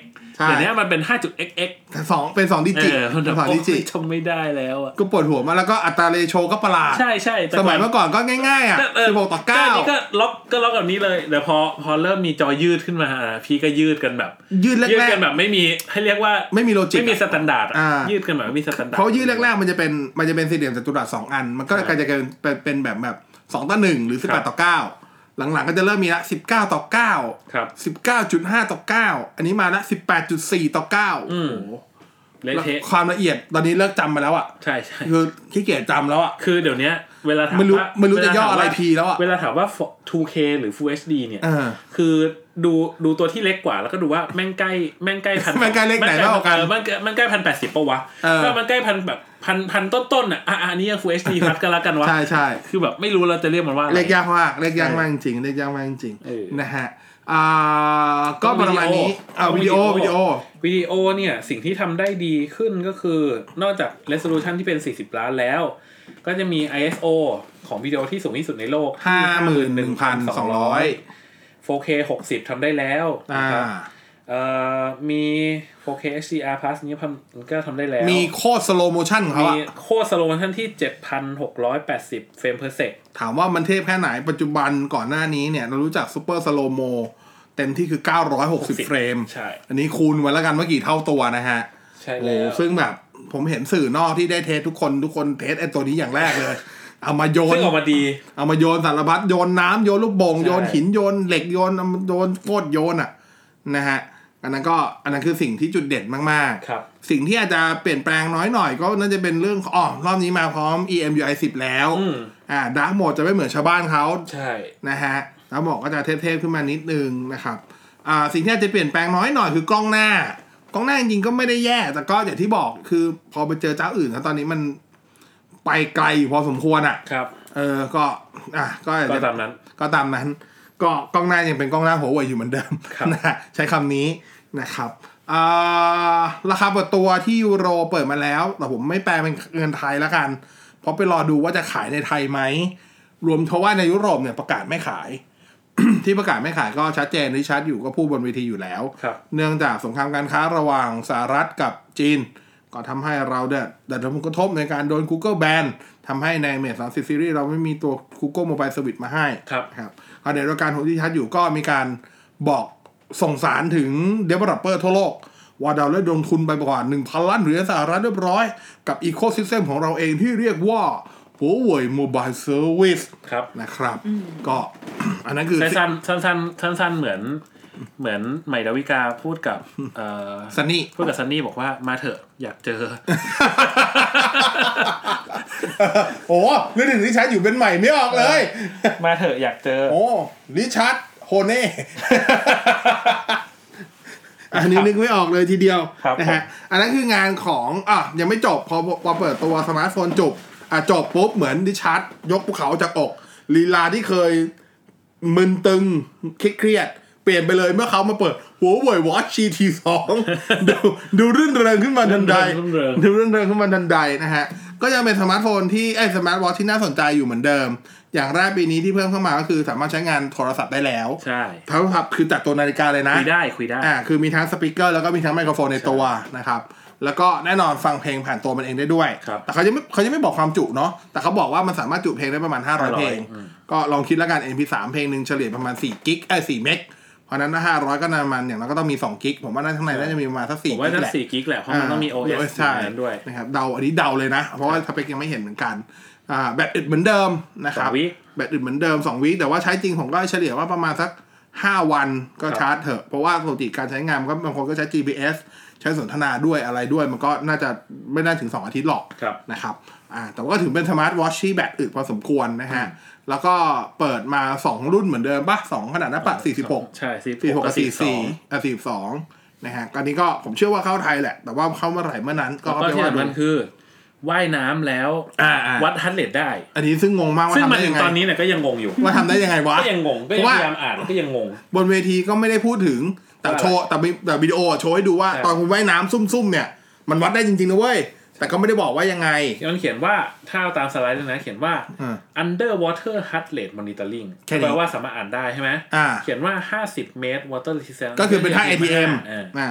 เดี๋ยวนี้มันเป็น ห้าจุดเอ็กซ์เอ็กซ์สองเป็นสองดิจิตเออเป็นสองดิจิตทำไม่ได้แล้วอ่ะก็ปวดหัวมาแล้วก็อัตราเรโชก็ประหลาดใช่ๆสมัยเมื่อก่อนก็ง่ายๆอ่ะสิบหกต่อเก้านี่ก็ล็อกก็ล็อกแบบนี้เลยแต่พอพอเริ่มมีจอยืดขึ้นมาพี่ก็ยืดกันแบบยืดแรกๆยืดกันแบบไม่มีให้เรียกว่าไม่มีโลจิกไม่มีสแตนดาร์ดยืดกันแบบไม่มีสแตนดาร์ดเพราะยืดแรกๆมันจะเป็นมันจะเป็นสี่เหลี่ยมจัตุรัสสองอันมันก็จะกลายเป็นเป็นแบบแบบสองต่อหนึ่งหรือสิบแปดต่อเก้าหลังๆก็จะเริ่มมีละสิบเก้าต่อเก้าครับสิบเก้าจุดห้า ต่อเก้าอันนี้มาละ สิบแปดจุดสี่ ต่อเก้าโอ้โหเละเทะความละเอียดตอนนี้เลิกจำไปแล้วอ่ะใช่ๆคือขี้เกียจจำแล้วอ่ะคือเดี๋ยวนี้เวลาถามไม่รู้ว่าไม่รู้จะย่ออะไร P แล้วอ่ะเวลาถามว่า ทู เค หรือ Full เอช ดี เนี่ยคือดูดูตัวที่เล็กกว่าแล้วก็ดูว่าแม่งใกล้แม่งใกล้พันแม่งใกล้เล็กไหนมากกว่ากันมันมันใกล้พันแปดสิบป่ะวะถ้ามันใกล้พันแบบพันพันต้นๆอ่ะอ่ะอันนี้ยัง Full เอช ดี พัดกันละกันวะใช่ใช่คือแบบไม่รู้เราจะเรียกมันว่าอะไรเล็กยากมากเล็กยากมากจริงเล็กยากมากจริงนะฮะอ่าก็ประมาณนี้อ่าวิดีโอวิดีโอวิดีโอเนี่ยสิ่งที่ทำได้ดีขึ้นก็คือนอกจาก resolution ที่เป็นสี่สิบล้านแล้วก็จะมี ไอ เอส โอ ของวิดีโอที่สูงที่สุดในโลกห้าหมื่นหนึ่งพันสองร้อยโฟร์เค หกสิบทำได้แล้วนะครับเอ่อมี โฟร์เค เอช ดี อาร์ Plus นี้มันก็ทำได้แล้วมีโคตร slow motion ของเขามีโคตร slow motion ที่ เจ็ดพันหกร้อยแปดสิบ เฟรม per sec ถามว่ามันเทพแค่ไหนปัจจุบันก่อนหน้านี้เนี่ยเรารู้จัก super slow mo เต็มที่คือเก้าร้อยหกสิบเฟรมใช่อันนี้คูณไว้แล้วกันว่ากี่เท่าตัวนะฮะใช่แล้วซึ่งแบบผมเห็นสื่อนอกที่ได้เทสทุกคนทุกคนเทสไอ้ตัวนี้อย่างแรกเลยเอามาโยนซึ่งออกมาดีเอามาโยนสารพัดโยนน้ำโยนลูกโป่งโยนหินโยนเหล็กโยนโยนโคตรโยนอ่ะนะฮะอันนั้นก็อันนั้นคือสิ่งที่จุดเด่นมากๆครับสิ่งที่อาจจะเปลี่ยนแปลงน้อยหน่อยก็น่าจะเป็นเรื่องอ๋อรอบนี้มาพร้อม อี เอ็ม ยู ไอ สิบ แล้วอ่า Dark Mode จะไม่เหมือนชาวบ้านเขาใช่นะฮะแล้วบอกก็จะเทพๆขึ้นมานิดนึงนะครับอ่าสิ่งที่อาจจะเปลี่ยนแปลงน้อยหน่อยคือกล้องหน้ากล้องหน้าจริงๆก็ไม่ได้แย่แต่ก็อย่างที่บอกคือพอไปเจอเจ้าอื่นแล้วตอนนี้มันไปไกลอยู่พอสมควรอ่ะครับเออก็อ่ะก็ก็ตามนั้นก็ตามนั้นก็กล้องหน้ายังเป็นกล้องหน้าหัวเว่ยอยู่เหมือนเดิมนะใช้คำนี้นะครับอ่าราคาเปิดตัวที่ยูโรเปิดมาแล้วแต่ผมไม่แปลเป็นเงินไทยแล้วกันเพราะไปรอดูว่าจะขายในไทยไหมรวมเพราะว่าในยุโรปเนี่ยประกาศไม่ขาย ที่ประกาศไม่ขายก็ชัดเจนริชาร์ดอยู่ก็พูดบนเวทีอยู่แล้วเนื่องจากสงครามการค้าระหว่างสหรัฐกับจีนก็ทำให้เราได้ได้รับผลกระทบในการโดน Google ban ทำให้ใน Mate สามสิบ Series เราไม่มีตัว Google Mobile Service มาให้ครับครับขณะเดียวกันของที่ชัดอยู่ก็มีการบอกส่งสารถึง Developer ทั่วโลกว่าเราได้ลงทุนไปกว่า หนึ่งพัน ล้านเหรียญสหรัฐเรียบร้อยกับ Ecosystem ของเราเองที่เรียกว่า Huawei Mobile Service ครับนะครับก็อันนั้นคือสั้นๆสั้นๆสั้นๆเหมือนเหมือนใหม่ดาวิกาพูดกับเอ่อซันนี่พูดกับซันนี่บอกว่ามาเถอะอยากเจอโอ้นึกถึงริชาร์ดอยู่เป็นใหม่ไม่ออกเลยมาเถอะอยากเจอโอ้ริชาร์ดโฮเน่อันนี้นึกไม่ออกเลยทีเดียวนะฮะอันนั้นคืองานของอ่ะยังไม่จบพอพอเปิดตัวสมาร์ทโฟนจบอ่ะจบปุ๊บเหมือนริชาร์ดยกภูเขาจากอกลีลาที่เคยมึนตึงเครียดเปลี่ยนไปเลยเมื่อเขามาเปิด Huawei Watch จี ที ทู ดูดูรื่นเริงขึ้นมาทันใดดูรื่นเริงขึ้นมาทันใดนะฮะก็ยังเป็นสมาร์ทโฟนที่ไอ้สมาร์ทวอทช์ที่น่าสนใจอยู่เหมือนเดิมอย่างแรกปีนี้ที่เพิ่มเข้ามาก็คือสามารถใช้งานโทรศัพท์ได้แล้วใช่โทรศัพท์คือจากตัวนาฬิกาเลยนะคุยได้คุยได้อ่าคือมีทั้งสปีกเกอร์แล้วก็มีทั้งไมโครโฟนในตัวนะครับแล้วก็แน่นอนฟังเพลงผ่านตัวมันเองได้ด้วยแต่เขาจะไม่เขาจะไม่บอกความจุเนาะแต่เขาบอกว่ามันสามารถจุเพลงได้ประมาณห้าร้อยเพลงก็ลองคิดแล้วกัน เอ็ม พี สาม เพลงนึงเฉลี่ยประมาณสี่กิกเอ้ยสี่เมกเพราะนั้นถ้าห้าร้อยก็ประมาณอย่างนั้นก็ต้องมีสองกิกผมว่าข้างในน่าจะมีประมาณสักสี่กิกแหละผมว่าสี่กิกแหละเพราะมันต้องมี โอ เอส นั้นด้วยนะครับเดาอันนี้เดาเลยนะเพราะว่าสเปคยังไม่เห็นเหมือนกันอ่าแบตอึดเหมือนเดิมนะครับแบตอึดเหมือนเดิมสองวิแต่ว่าใช้จริงผมก็เฉลี่ยว่าประมาณสักห้าวันก็ชาร์จเถอะเพราะว่าปกติการใช้งานมันก็บางคนก็ใช้ จี พี เอส ใช้สนทนาด้วยอะไรด้วยมันก็น่าจะไม่น่าถึงสองอาทิตย์หรอกนะครับอ่าแต่ว่าถือเป็นสมาร์ทวอทช์ที่แบตอึดพอสมควรนะฮะแล้วก็เปิดมาสองรุ่นเหมือนเดิมป่ะสองขนาดหน้าปัดสี่สิบหกใช่สี่สิบหกกับสี่สิบสี่อ่ะสี่สิบสองนะฮะอันนี้ก็ผมเชื่อว่าเข้าไทยแหละแต่ว่าเข้าเมื่อไหร่เมื่อนั้นก็ที่มันคือว่ายน้ำแล้ววัดฮัร์ทเรทได้อันนี้ซึ่งงงมากว่าทำได้ยังไงซึ่งมาถึงตอนนี้เนี่ยก็ยังงงอยู่ว่าทำได้ยังไงวะก็ยังงงก็ยังพยายามอ่านก็ยังงงบนเวทีก็ไม่ได้พูดถึงแต่โชว์แต่แต่วิดีโอโชว์ให้ดูว่าตอนคุณว่ายน้ำซุ่มๆเนี่ยมันวัดได้จริงๆนะเว้ยแต่ก็ไม่ได้บอกว่ายังไงมันเขียนว่าถ้าตามสไลด์นะเขียนว่า underwater heart rate monitoring แปลว่าสามารถอ่านได้ใช่ไหมเขียนว่าห้าสิบเมตร water resistance ก็คือเป็นท่า เอ ที เอ็ม อ่า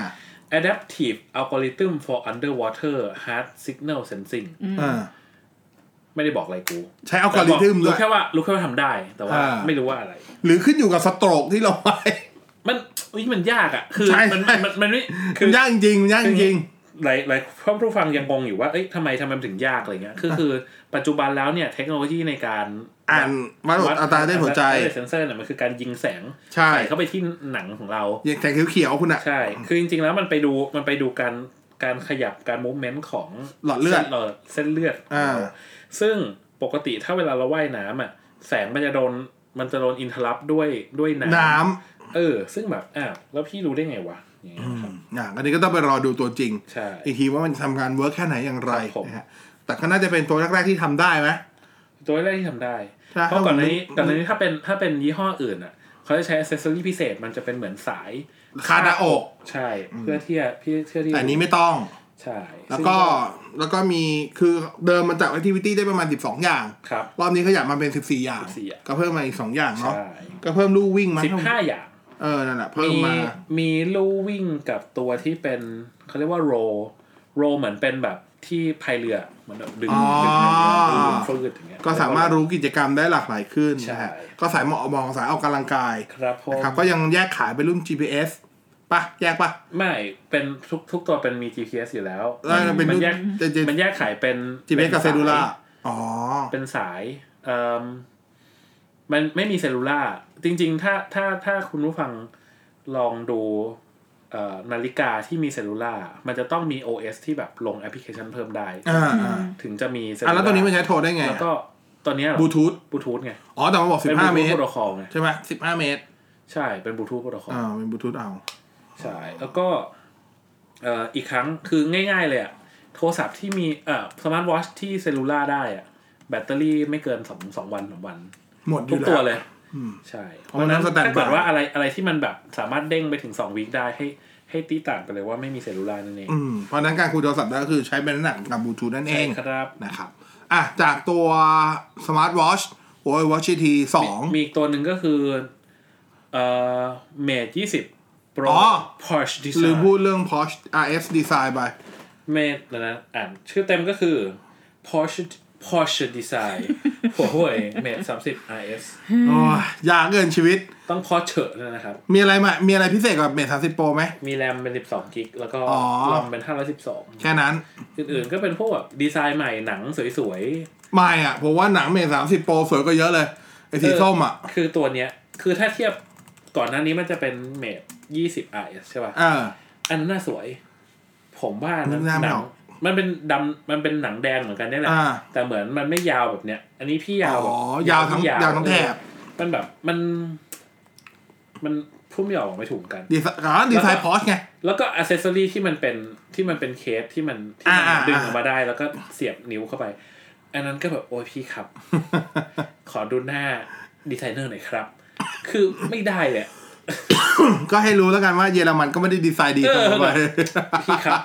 adaptive algorithm for underwater hard signal sensing อ่าไม่ได้บอกอะไรกูใช้อัลกอริทึมรู้แค่ว่ารู้แค่ว่าทำได้แต่ว่าไม่รู้ว่าอะไรหรือขึ้นอยู่กับสโตรกที่เราไว้มันอุ้ยมันยากอ่ะคือมันมันมันไม่คือยากจริงยากจริงหลายหลายผู้ฟังยังงงอยู่ว่าเอ้ยทำไมทำไมมันถึงยากอะไรเงี้ยคือคือปัจจุบันแล้วเนี่ยเทคโนโลยีในการอ่านวัดอัตราเต้นหัวใจเซนเซอร์เนี่ยมันคือการยิงแสงใส่เข้าไปที่หนังของเรายิงแสงเขียวๆคุณอ่ะใช่คือจริงๆแล้วมันไปดูมันไปดูการการขยับการมูฟเมนต์ของหลอดเลือดเส้นเลือดซึ่งปกติถ้าเวลาเราว่ายน้ำอ่ะแสงมันจะโดนมันจะโดนอินเทอร์รัปด้วยด้วยน้ำน้ำเออซึ่งแบบอ้าวแล้วพี่รู้ได้ไงวะอย่างเงี้ยครับอ่าอันนี้ก็ต้องไปรอดูตัวจริงใช่อีกทีว่ามันทำงานเวิร์กแค่ไหนอย่างไรนะฮะแต่ก็น่าจะเป็นตัวแรกๆที่ทำได้ไหมตัวแรกที่ทำได้เพราะก่อนนี้ก่อนนี้ถ้าเป็นถ้าเป็นยี่ห้ออื่นอ่ะเขาจะใช้อ c เซสซอรี่พิเศษมันจะเป็นเหมือนสายคาดหน้าอกใช่เพื่อที่จะเพื่อที่แต่อันนี้ไม่ต้องใช่แล้วก็แล้วก็มีคือเดิมมันจัดแอคทิวิตี้ได้ประมาณสิบสองอย่างครับรอบนี้ขยับมาเป็นสิบสี่อย่างก็เพิ่มมาอีกสองอย่างเนาะก็เพิ่มลู่วิ่งมาสิบห้าอย่างเออนั่นแหละเพิ่มมามีลู่วิ่งกับตัวที่เป็นเขาเรียกว่าโรโรเหมือนเป็นแบบที่พายเรือเหมือนดึงดึงดึงฟืดอย่างเงี้ยก็สามารถรู้กิจกรรมได้หลากหลายขึ้นนะฮะก็สายเหมาะมองสายออกกำลังกายครับนะครับก็ยังแยกขายเป็นรุ่น จี พี เอส ป่ะแยกป่ะไม่เป็นทุกทุกตัวเป็นมี จี พี เอส อยู่แล้วมันแยกมันแยกขายเป็นจี พี เอส กับเซลลูล่าอ๋อเป็นสายเอ่อมันไม่มีเซลลูล่าจริงๆถ้าถ้าถ้าคุณผู้ฟังลองดูเอ่อนาฬิกาที่มีเซลลูล่ามันจะต้องมี โอ เอส ที่แบบลงแอปพลิเคชันเพิ่มได้ถึงจะมีเซลลูล่าแล้วตัวนี้มันใช้โทรได้ไงแล้วก็ตอนนี้บลูทูธบลูทูธไงอ๋อแต่มันบอกสิบห้าเมตรเป็นบลูทูธโปรโตคอลไงใช่มั้ยสิบห้าเมตรใช่เป็นบลูทูธโปรโตคอลอ่าเป็นบลูทูธเอาใช่แล้วก็เอ่ออีกครั้งคือง่ายๆเลยอ่ะโทรศัพท์ที่มีเอ่อสมาร์ทวอทช์ที่เซลลูล่าได้อ่ะแบตเตอรี่ไม่เกินสอง สองวันสามวันหมดทุกตัวเลยใช่เพราะฉะนั้นถ้าเกิดว่าอะไรอะไรที่มันแบบสามารถเด้งไปถึงสองวีคได้ให้ให้ตีต่างไปเลยว่าไม่มีเซลลูล่านั่นเองอืมเพราะนั้นการคุยโทรศัพท์ได้ก็คือใช้เป็นหนักกับบลูทูธนั่นเองครับนะครับอ่ะจากตัวสมาร์ทวอทช์โอ้ยวอทช์ ที สองมีอีกตัวนึงก็คือเอ่อ Mate ยี่สิบ Pro Porsche Design หรือพูดเรื่อง Porsche อาร์ เอส Design ไป Mate นะนะอ่านชื่อเต็มก็คือ Porsche Porsche Design หัวห้วย Mate สามสิบ อาร์ เอสโอ้ยยากเกินชีวิตต้อง Porsche ด้วยนะครับมีอะไรมามีอะไรพิเศษกับ Mate สามสิบ Pro ไหมมีแรมเป็นสิบสองกิกแล้วก็รอมเป็นห้าร้อยสิบสองแค่นั้นอื่นๆก็เป็นพวกแบบดีไซน์ใหม่หนังสวยๆไม่อ่ะผมว่าหนัง Mate สามสิบ Pro สวยกว่าเยอะเลยไอ้สีส้มอ่ะคือตัวเนี้ยคือถ้าเทียบก่อนหน้านี้มันจะเป็น Mate ยี่สิบ อาร์ เอส ใช่ป่ะอ่าอันนั้นน่าสวยผมว่านะหนังมันเป็นดำมันเป็นหนังแดงเหมือนกันนี่แหละแต่เหมือนมันไม่ยาวแบบเนี้ยอันนี้พี่ยาวแบบยาวทั้งยาวทั้งแถบมันแบบมันมันพุ่มไม่ออกไม่ถูกกันดีไซน์ดีไซน์พอชไงแล้วก็อัซเซสซอรี่ที่มันเป็นที่มันเป็นเคสที่มันที่มันดึงออกมาได้แล้วก็เสียบนิ้วเข้าไปอันนั้นก็แบบโอ้ยพี่ครับ ขอดูหน้าดีไซเนอร์หน่อยครับคือไม่ได้เลยก็ให้รู้แล้วกันว่าเยอรมันก็ไม่ได้ดีไซน์ดีเท่าไหร่พี่ครับ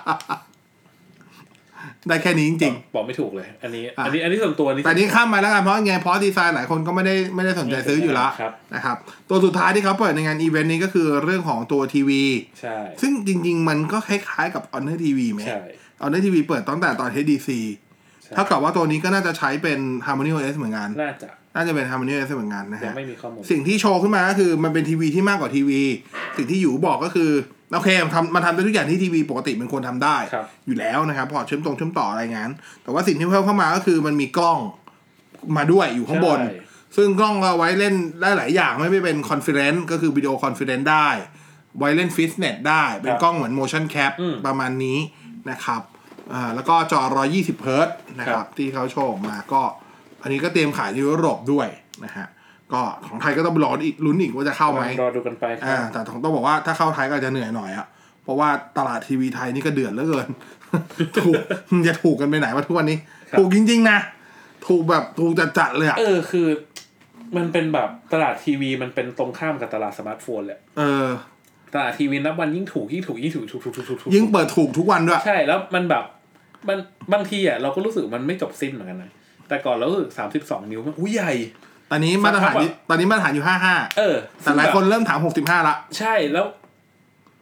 ได้แค่นี้จริงๆบอกไม่ถูกเลยอันนี้อันนี้อันนี้ส่วนตัวนี้แต่นี้ข้ามมาแล้วกันเพราะไงเพราะดีไซน์หลายคนก็ไม่ได้ไม่ได้สนใจซื้ออยู่แล้วนะครับตัวสุดท้ายที่เขาเปิดในงานอีเวนต์นี้ก็คือเรื่องของตัวทีวีใช่ซึ่งจริงๆมันก็คล้ายๆกับ Honor ที วี มั้ยใช่ Honor ที วี เปิดตั้งแต่ตอน เอช ดี ซี เท่ากับว่าตัวนี้ก็น่าจะใช้เป็น Harmony โอ เอส เหมือนกันน่าจะน่าจะเป็น Harmony โอ เอส เหมือนกันนะฮะไม่มีข้อมูลสิ่งที่โชว์ขึ้นมาก็คือมันเป็นทีวีที่มากกว่าทีวีสิ่งที่อยู่บอกก็คือโอเคมันทำมันทำได้ทุกอย่างที่ทีวีปกติมันควรทำได้อยู่แล้วนะครับพอเชื่อมตรงเชื่อมต่ออะไรงั้นแต่ว่าสิ่งที่เพิ่มเข้ามาก็คือมันมีกล้องมาด้วยอยู่ข้างบนซึ่งกล้องเราไว้เล่นได้หลายอย่างไม่ไม่เป็นคอนเฟอเรนซ์ก็คือวิดีโอคอนเฟอเรนซ์ได้ไว้เล่นฟิตเนสได้เป็นกล้องเหมือน motion cap ประมาณนี้นะครับอ่าแล้วก็จอหนึ่งร้อยยี่สิบเฮิร์ตซ์นะครับที่เขาโชว์ออกมาก็อันนี้ก็เตรียมขายที่ยุโรปด้วยนะฮะก็ของไทยก็ต้องรออีกลุ้นอีกว่าจะเข้าไหมรอดูกันไปอ่าแต่ต้องบอกว่าถ้าเข้าไทยก็จะเหนื่อยหน่อยอ่ะเพราะว่าตลาดทีวีไทยนี่ก็เดือดเหลือเกิน ถูกจะถูกกันไปไหนวะทุกวันนี้ถูกจริงๆนะถูกแบบถูกจัดๆเลยอ่ะเออคือมันเป็นแบบตลาดทีวีมันเป็นตรงข้ามกับตลาดสมาร์ทโฟนแหละเออตลาดทีวีนับวันยิ่งถูกยิ่งถูกยิ่งถูกถูกถูกถูกถูกยิ่งเปิดถูกทุกวันด้วยใช่แล้วมันแบบมันบางทีอ่ะเราก็รู้สึกมันไม่จบสิ้นเหมือนกันนะแต่ก่อนเรารู้สึกสามสิบสองนิ้วมันอุ้ยใหญ่ตอนนี้มาตรฐานตอนนี้มาตรฐานอยู่ห้าสิบห้าเออแต่หลายคนเริ่มถามหกสิบห้าละใช่แล้ว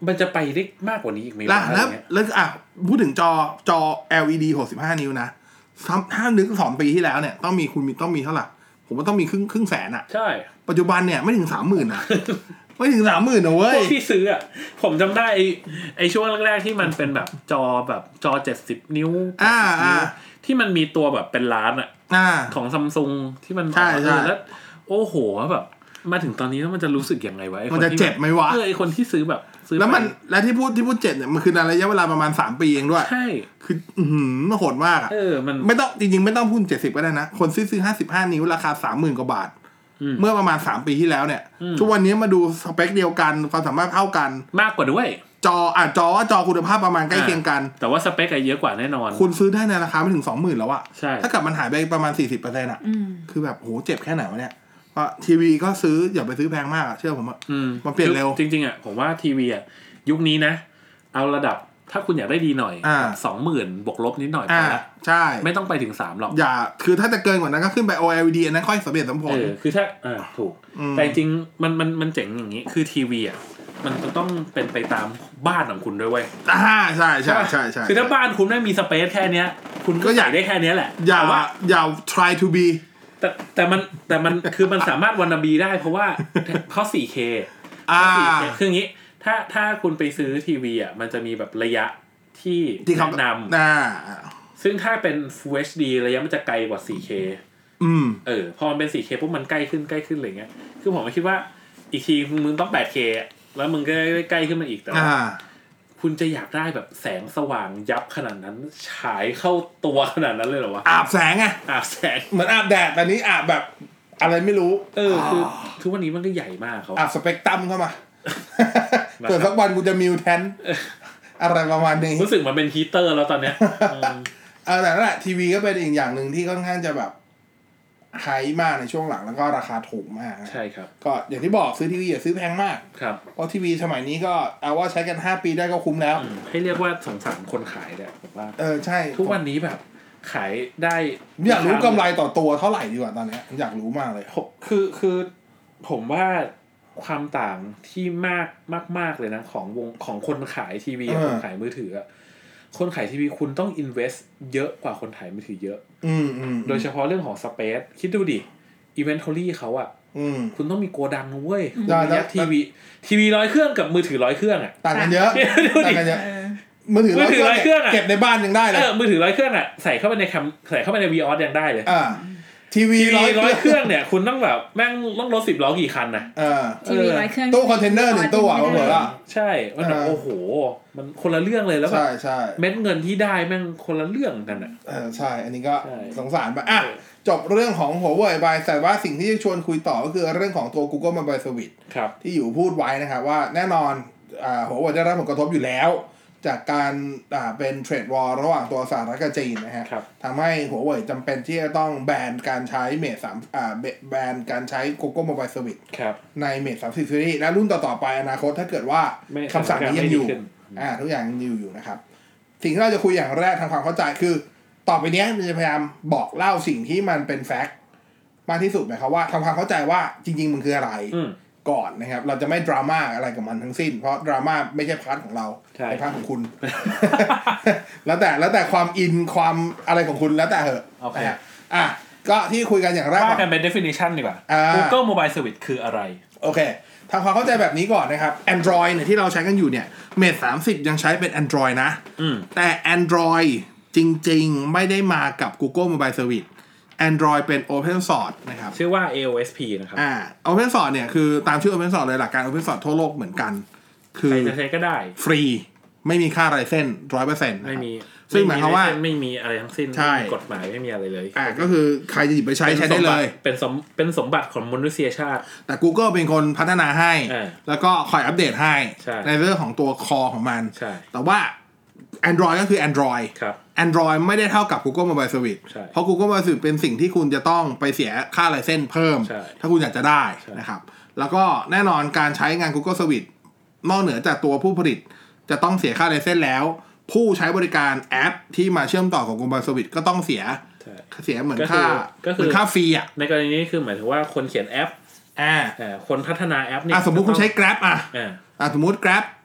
มันจะไปได้มากกว่านี้อีกไหมแล้วแล้วแล้วอ่ะพูดถึงจอจอ แอล อี ดี หกสิบห้านิ้วนะถ้านึกสองปีที่แล้วเนี่ยต้องมีคุณมีต้องมีเท่าไหร่ผมว่าต้องมีครึ่งครึ่งแสนอ่ะใช่ปัจจุบันเนี่ยไม่ถึง สามหมื่น นะ ไม่ถึง สามหมื่น นะเว้ยพวกที่ซื้ออ่ะผมจำได้ไอ้ไอ้ช่วงแรกๆที่มันเป็นแบบจอแบบจอเจ็ดสิบนิ้วอ่านิ้วที่มันมีตัวแบบเป็นล้านอ่ะของ Samsung ที่มันใช่ๆแล้วโอ้โหแบบมาถึงตอนนี้แล้วมันจะรู้สึกยังไงวะไอ้คมันจะเจ็บไหมวะเออไอ้คนที่ซื้อแบบซื้อแล้วมันแล้วที่พูดที่พูดเจ็ดเนี่ยมันคือระยะเวลาประมาณสามปีเองด้วยใช่คืออื้อหือโหดมากอ่ะเออมันไม่ต้องจริงๆไม่ต้องพูดเจ็ดสิบก็ได้นะคนซื้อซื้อห้าสิบห้านิ้วราคา สามหมื่น กว่าบาทเมื่อประมาณสามปีที่แล้วเนี่ยทุกวันนี้มาดูสเปคเดียวกันความสามารถเท่ากันมากกว่าด้วยจออ่ะจอจอคุณภาพประมาณใกล้เคียงกันแต่ว่าสเปคอะเยอะกว่าแน่นอนคุณซื้อได้ในราคาไม่ถึง สองหมื่น แล้วอะใช่ถ้ากับมันหายไปประมาณ สี่สิบเปอร์เซ็นต์ อ่ะคือแบบโหเจ็บแค่ไหนวะเนี่ยเพราะทีวีก็ซื้ออย่าไปซื้อแพงมากเชื่อผมอ่ะมันเปลี่ยนเร็วจริงๆอ่ะผมว่าทีวีอ่ะยุคนี้นะเอาระดับถ้าคุณอยากได้ดีหน่อย สองหมื่น บวกลบนิดหน่อยพอละใช่ไม่ต้องไปถึงสามหรอกอย่าคือถ้าจะเกินกว่านั้นก็ขึ้นไป โอ แอล อี ดี อันนั้นค่อยสมเหตุสมผลเออคือถ้าอ่าถูกแต่จริงมันมันมันเจ๋งอย่างนี้คือทีวีอ่ะมันจะต้องเป็นไปตามบ้านของคุณด้วยเว้ยอ่าใช่ใช่ใช่ใช่คือถ้าบ้านคุณไม่มีสเปซแค่เนี้ยคุณก็อยากได้แค่นี้แหละอย่าอย่า try to be แต่แต่มันแต่มันคือมันสามารถwanna beได้เพราะว่าเพราะ โฟร์เคอ่าคืออย่างนี้ถ้าถ้าคุณไปซื้อทีวีอ่ะมันจะมีแบบระยะที่แนะนำอ่าซึ่งถ้าเป็น Full เอช ดี ระยะมันจะไกลกว่า โฟร์เคอืมเออพอมันเป็น โฟร์เค ปุ๊บมันใกล้ขึ้นใกล้ขึ้นอะไรเงี้ยคือผมคิดว่าอีกทีมึงต้อง แปดเค แล้วมึงก็ใกล้ขึ้นมาอีกแต่ว่าคุณจะอยากได้แบบแสงสว่างยับขนาดนั้นฉายเข้าตัวขนาดนั้นเลยเหรอวะอาบแสงไงอาบแสงเหมือนอาบแดดแต่นี้อาบแบบอะไรไม่รู้เออคือทุกวันนี้มันก็ใหญ่มากเขาอาบสเปกตรัมเข้ามาเกิดสักวันกูจะมิวแทนอะไรประมาณนี้รู้สึกมันเป็นฮีเตอร์แล้วตอนเนี้ยเออแต่นั่นแหละทีวีก็เป็นอีกอย่างหนึ่งที่ค่อนข้างจะแบบไฮมากในช่วงหลังแล้วก็ราคาถูกมากใช่ครับก็อย่างที่บอกซื้อทีวีอย่าซื้อแพงมากครับเพราะทีวีสมัยนี้ก็เอาว่าใช้กันห้าปีได้ก็คุ้มแล้วให้เรียกว่าสงสารคนขายเนี่ยผมว่าเออใช่ทุกวันนี้แบบขายได้อยากรู้กำไรต่อตัวเท่าไหร่ดีกว่าตอนนี้อยากรู้มากเลยคือคือผมว่าความต่างที่มากมากๆเลยนะของวงของคนขายทีวีกับคนขายมือถืออะคนขายทีวีคุณต้อง invest เยอะกว่าคนขายมือถือเยอะโดยเฉพาะเรื่องของ space คิดดูดิ inventory เขาอะคุณต้องมีโกดังเว้ยระยะทีวีทีวีร้อยเครื่องกับมือถือร้อยเครื่องอะต่างกันเยอะต่างกันเยอะมือถือร้อยเครื่องเก็บในบ้านยังได้เลยเออมือถือร้อยเครื่องอะใส่เข้าไปในแคมใส่เข้าไปใน Vios ยังได้เลยอ่าทีวีร้อยเครื่องเนี่ยคุณต้องแบบแม่งต้องรถสิบล้อกี่คันนะเออทีวีร้อยเครื่องตู้คอนเทนเนอร์หนึ่งตู้อ่ะเหรอล่ะใช่มันโอ้โหมันคนละเรื่องเลยแล้วแบบเม็ดเงินที่ได้แม่งคนละเรื่องกันอ่ะเออใช่อันนี้ก็สงสารไปอ่ะจบเรื่องของหัวเว่ยไปแต่ว่าสิ่งที่ชวนคุยต่อก็คือเรื่องของตัว Google Mobile Service ที่อยู่พูดไว้นะครับว่าแน่นอนอ่าหัวเว่ยได้รับผลกระทบอยู่แล้วจากการอ่าเป็นเทรดวอร์ระหว่างตัวสหรัฐกับจีนนะฮะทำให้หัวเว่ยจำเป็นที่จะต้องแบนการใช้เมทสามอ่าแบนการใช้ Google Mobile Service ในเมทสามสิบซีรีส์และรุ่นต่อๆไปอนาคตถ้าเกิดว่าคำสั่งนี้ยังอยู่อ่าทุกอย่างยังอยู่อยู่นะครับสิ่งที่เราจะคุยอย่างแรกทางความเข้าใจคือต่อไปนี้มันจะพยายามบอกเล่าสิ่งที่มันเป็นแฟกต์มากที่สุดหมายความว่าทำความเข้าใจว่าจริงๆมันคืออะไรก่อนนะครับเราจะไม่ดราม่าอะไรกับมันทั้งสิ้นเพราะดราม่าไม่ใช่พาร์ทของเราเป็นพาร์ทของคุณ แล้วแต่แล้วแต่ความอินความอะไรของคุณแล้วแต่เหอะโอเคอ่ะก็ที่คุยกันอย่างแรกว่ากันเป็น definition ดีกว่า Google Mobile Service คืออะไรโอเคทำความเข้าใจแบบนี้ก่อนนะครับ Android เนี่ยที่เราใช้กันอยู่เนี่ย Mate สามสิบยังใช้เป็น Android นะแต่ Android จริงๆไม่ได้มากับ Google Mobile Service Android เป็น Open Source นะครับชื่อว่า เอ โอ เอส พี นะครับอ่า Open Source เนี่ยคือตามชื่อ Open Source เลยหลักการ Open Source ทั่วโลกเหมือนกันคือใครจะใช้ก็ได้ฟรีไม่มีค่าไรเส้น ร้อยเปอร์เซ็นต์ไม่มีซึ่งหมายความว่าไม่มีอะไรทั้งสิ้นไม่มีกฎหมายไม่มีอะไรเลยอ่าก็คือใครจะหยิบไปใช้ใช้ได้เลยเป็นสมเป็นสมบัติของมนุษยชาติแต่ Google เป็นคนพัฒนาให้แล้วก็คอยอัปเดตให้ในเรื่องของตัว core ของมันแต่ว่า Android ก็คือ Android Android ไม่ได้เท่ากับ Google Mobile Service เพราะ Google Mobile Service เป็นสิ่งที่คุณจะต้องไปเสียค่าไลเซนส์เพิ่มถ้าคุณอยากจะได้นะครับแล้วก็แน่นอนการใช้งาน Google Service นอกเหนือจากตัวผู้ผลิตจะต้องเสียค่าไลเซนส์แล้วผู้ใช้บริการแอปที่มาเชื่อมต่อกับ Google Mobile Service ก็ต้องเสียเสียเหมือนค่าเหมือนค่าฟรีอ่ะในกรณีนี้คือหมายถึงว่าคนเขียนแอปอ่าคนพัฒนาแอปนี่สมมุติคุณใช้ Grab อ่ะอ่าสมมุติ Grab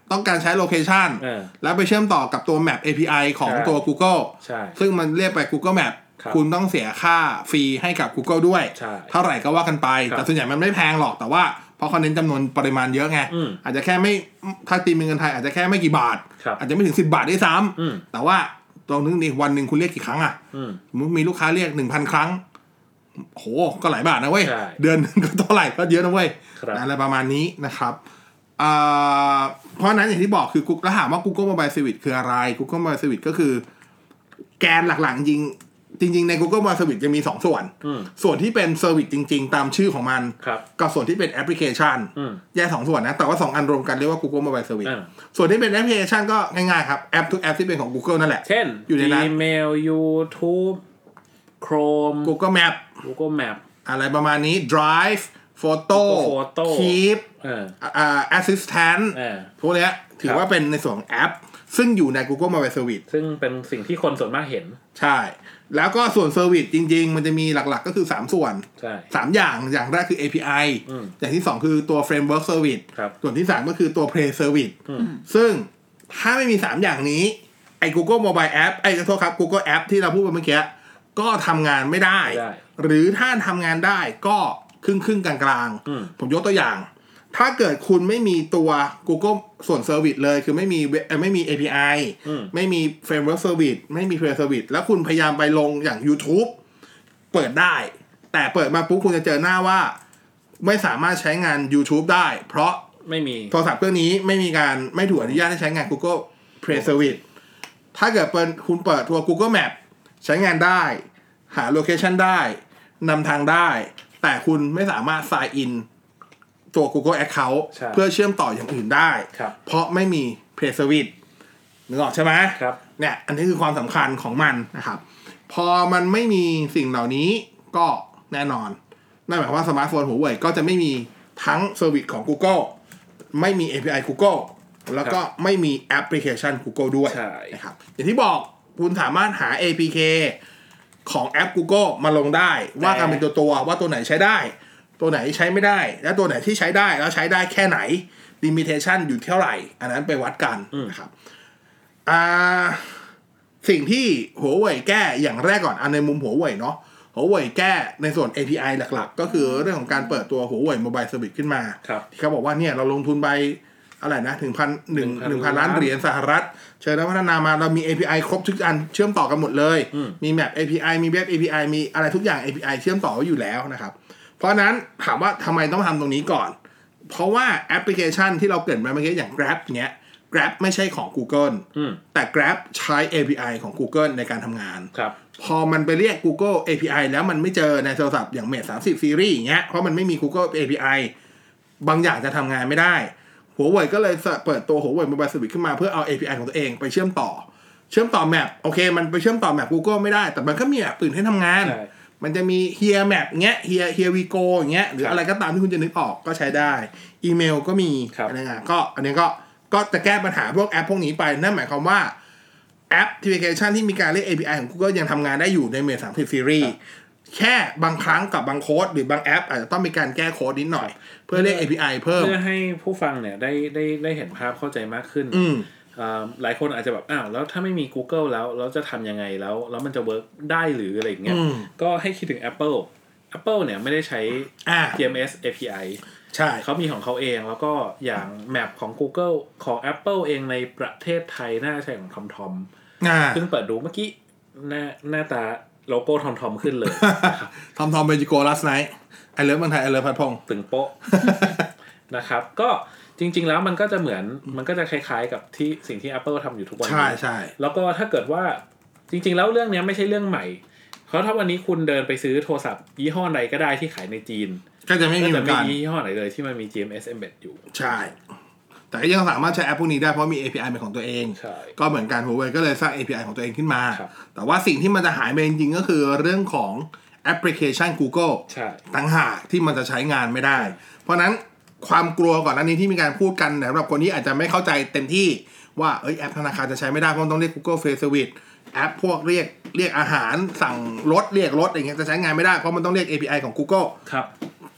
ต้องการใช้โลเคชันแล้วไปเชื่อมต่อกับตัว Map เอ พี ไอ ของตัว Google ซึ่งมันเรียกไป Google Map คุณต้องเสียค่าฟรีให้กับ Google ด้วยเท่าไหร่ก็ว่ากันไปแต่ส่วนใหญ่มันไม่แพงหรอกแต่ว่าเพราะเขาเน้นจำนวนปริมาณเยอะไงอาจจะแค่ไม่ถ้าตีเป็นเงินไทยอาจจะแค่ไม่กี่บาทอาจจะไม่ถึงสิบบาทด้วยซ้ำแต่ว่าตรงนึงนี่วันหนึ่งคุณเรียกกี่ครั้งอ่ะมึงมีลูกค้าเรียก หนึ่งพัน ครั้งโหก็หลายบาทนะเว้ยเดือนนึงก็เท่าไหร่ก็เยอะนะเว้ยอะไรประมาณนี้นะครับเพราะนั้นอย่างที่บอกคือแล้วถามว่า Google Mobile Service คืออะไร Google Mobile Service ก็คือแกนหลักๆจริงจริงๆใน Google Mobile Service จะมีสองส่วนส่วนที่เป็น Service จริงๆตามชื่อของมันกับส่วนที่เป็นแอปพลิเคชันแยกสองส่วนนะแต่ว่าสองอันรวมกันเรียกว่า Google Mobile Service ส่วนที่เป็นแอปพลิเคชันก็ง่ายๆครับแอปทุกแอปที่เป็นของ Google นั่นแหละเช่นอยู่ในนั้น Gmail YouTube Chrome Google Map Google Map อะไรประมาณนี้ Drive Photo Keep อ่า Assistant พวกเนี้ยถือว่าเป็นในส่วนของแอปซึ่งอยู่ใน Google Mobile Service ซึ่งเป็นสิ่งที่คนส่วนมากเห็นใช่แล้วก็ส่วน Service จริงๆมันจะมีหลักๆก็คือสามส่วนสามอย่างอย่างแรกคือ เอ พี ไอ อย่างที่สองคือตัว Framework Service ส่วนที่สามก็คือตัว Play Service ซึ่งถ้าไม่มีสามอย่างนี้ไอ้ Google Mobile App ไอ้ขอโทษครับ Google App ที่เราพูดไปเมื่อกี้ก็ทำงานไม่ได้หรือถ้าทำงานได้ก็ครึ่งๆกลางๆผมยกตัวอย่างถ้าเกิดคุณไม่มีตัว Google ส่วน Service เลยคือไม่มีไม่มี เอ พี ไอ ไม่มี Framework Service ไม่มี Play Service แล้วคุณพยายามไปลงอย่าง YouTube เปิดได้แต่เปิดมาปุ๊บคุณจะเจอหน้าว่าไม่สามารถใช้งาน YouTube ได้เพราะไม่มีโทรศัพท์เครื่องนี้ไม่มีการไม่ถูกอนุญาตให้ใช้งาน Google Play Service ถ้าเกิดเปิดคุณเปิดตัว Google Map ใช้งานได้หาโลเคชันได้นำทางได้แต่คุณไม่สามารถ sign inตัว Google Account เพื่อเชื่อมต่ออย่างอื่นได้เพราะไม่มี Play Service นึกออกใช่ไหมครับเนี่ยอันนี้คือความสำคัญของมันนะครับพอมันไม่มีสิ่งเหล่านี้ก็แน่นอนนั่นหมายความว่าสมาร์ทโฟนหัวเว่ยก็จะไม่มีทั้ง Service ของ Google ไม่มี เอ พี ไอ Google แล้วก็ไม่มีแอปพลิเคชัน Google ด้วยนะครับอย่างที่บอกคุณสามารถหา เอ พี เค ของแอป Google มาลงได้ว่ากันเป็นตัวตัวว่าตัวไหนใช้ได้ตัวไหนใช้ไม่ได้และตัวไหนที่ใช้ได้แล้วใช้ได้แค่ไหน limitation อยู่เท่าไหร่อันนั้นไปวัดกันนะครับอ่าสิ่งที่หัวเว่ยแก้อย่างแรกก่อนอันในมุมหัวเว่ยเนาะหัวเว่ยแก้ในส่วน เอ พี ไอ หลักๆก็คือเรื่องของการเปิดตัวหัวเว่ย Mobile Service ขึ้นมาที่เขาบอกว่าเนี่ยเราลงทุนไปอะไรนะถึงพันหนึ่งหนึ่งพันล้านเหรียญสหรัฐเชิญนักพัฒนามาเรามี เอ พี ไอ ครบทุกอันเชื่อมต่อกันหมดเลยมี Map เอ พี ไอ มี Web เอ พี ไอ มีอะไรทุกอย่าง เอ พี ไอ เชื่อมต่อไว้อยู่แล้วนะครับเพราะนั้นถามว่าทำไมต้องทำตรงนี้ก่อนเพราะว่าแอปพลิเคชันที่เราเกริ่นไปเมื่อกี้อย่าง Grab เงี้ย Grab ไม่ใช่ของ Google แต่ Grab ใช้ เอ พี ไอ ของ Google ในการทำงานพอมันไปเรียก Google เอ พี ไอ แล้วมันไม่เจอในโทรศัพท์อย่าง Mate สามสิบ Series อย่างเงี้ยเพราะมันไม่มี Google เอ พี ไอ บางอย่างจะทำงานไม่ได้หัวเว่ยก็เลยเปิดตัวหัวเว่ย Mobile Service ขึ้นมาเพื่อเอา เอ พี ไอ ของตัวเองไปเชื่อมต่อเชื่อมต่อ Map โอเคมันไปเชื่อมต่อ Map Google ไม่ได้แต่มันก็มีแอปอื่นให้ทำงานมันจะมี Here Map เงี้ย Here Here we go อย่างเงี้ยหรืออะไรก็ตามที่คุณจะนึกออกก็ใช้ได้อีเมลก็มีอะไรเงี้ยก็อันนี้ก็ก็จะแก้ปัญหาพวกแอปพวกนี้ไปนั่นหมายความว่าแอปพลิเคชันที่มีการเรียก เอ พี ไอ ของ Google ยังทำงานได้อยู่ใน Mate สามสิบ Series แค่บางครั้งกับบางโค้ดหรือบางแอปอาจจะต้องมีการแก้โค้ดนิดหน่อยเพื่อเรียก เอ พี ไอ เพิ่มเพื่อให้ผู้ฟังเนี่ยได้ได้ได้เห็นภาพเข้าใจมากขึ้นหลายคนอาจจะแบบอ้าวแล้วถ้าไม่มี Google แล้วเราจะทำยังไงแล้วแล้วมันจะเวิร์กได้หรืออะไรอย่างเงี้ยก็ให้คิดถึง Apple Apple เนี่ยไม่ได้ใช้ ที เอ็ม เอส เอ พี ไอใช่เขามีของเขาเองแล้วก็อย่าง Map ของ Google ของ Apple เองในประเทศไทยน่าใช้ของ TomTom เพิ่งเปิดดูเมื่อกี้หน้าหน้าตาโลโก้ TomTom ขึ้นเลย TomTom เบจิโก last night ไอเลิฟเมืองไทยไอเลิฟพัดพงตึงโป๊ะ นะครับก็จริงๆแล้วมันก็จะเหมือนมันก็จะคล้ายๆกับที่สิ่งที่ Apple ทำอยู่ทุกวันนี้ใช่ๆแล้วก็ถ้าเกิดว่าจริงๆแล้วเรื่องนี้ไม่ใช่เรื่องใหม่เพราะถ้าวันนี้คุณเดินไปซื้อโทรศัพท์ยี่ห้อใดก็ได้ที่ขายในจีนก็จะไม่มีเหมือนกันยี่ห้อไหนเลยที่มันมี จี เอ็ม เอส embed อยู่ใช่แต่ก็ยังสามารถใช้แอปพวกนี้ได้เพราะมี เอ พี ไอ เป็นของตัวเองก็เหมือนกัน Huawei ก็เลยสร้าง เอ พี ไอ ของตัวเองขึ้นมาแต่ว่าสิ่งที่มันจะหายไปจริงๆก็คือเรื่องของแอปพลิเคชัน Google ต่างหากที่มันจะใช้งานไม่ได้เพราะนั้นความกลัวก่อนหน้านี้ที่มีการพูดกันสำหรับคนที่อาจจะไม่เข้าใจเต็มที่ว่าเอ้ยแอปธนาคารจะใช้ไม่ได้เพราะต้องเรียก Google Play Service แอปพวกเรียกเรียกอาหารสั่งรถเรียกรถอย่างเงี้ยจะใช้งานไม่ได้เพราะมันต้องเรียก เอ พี ไอ ของ Google ครับ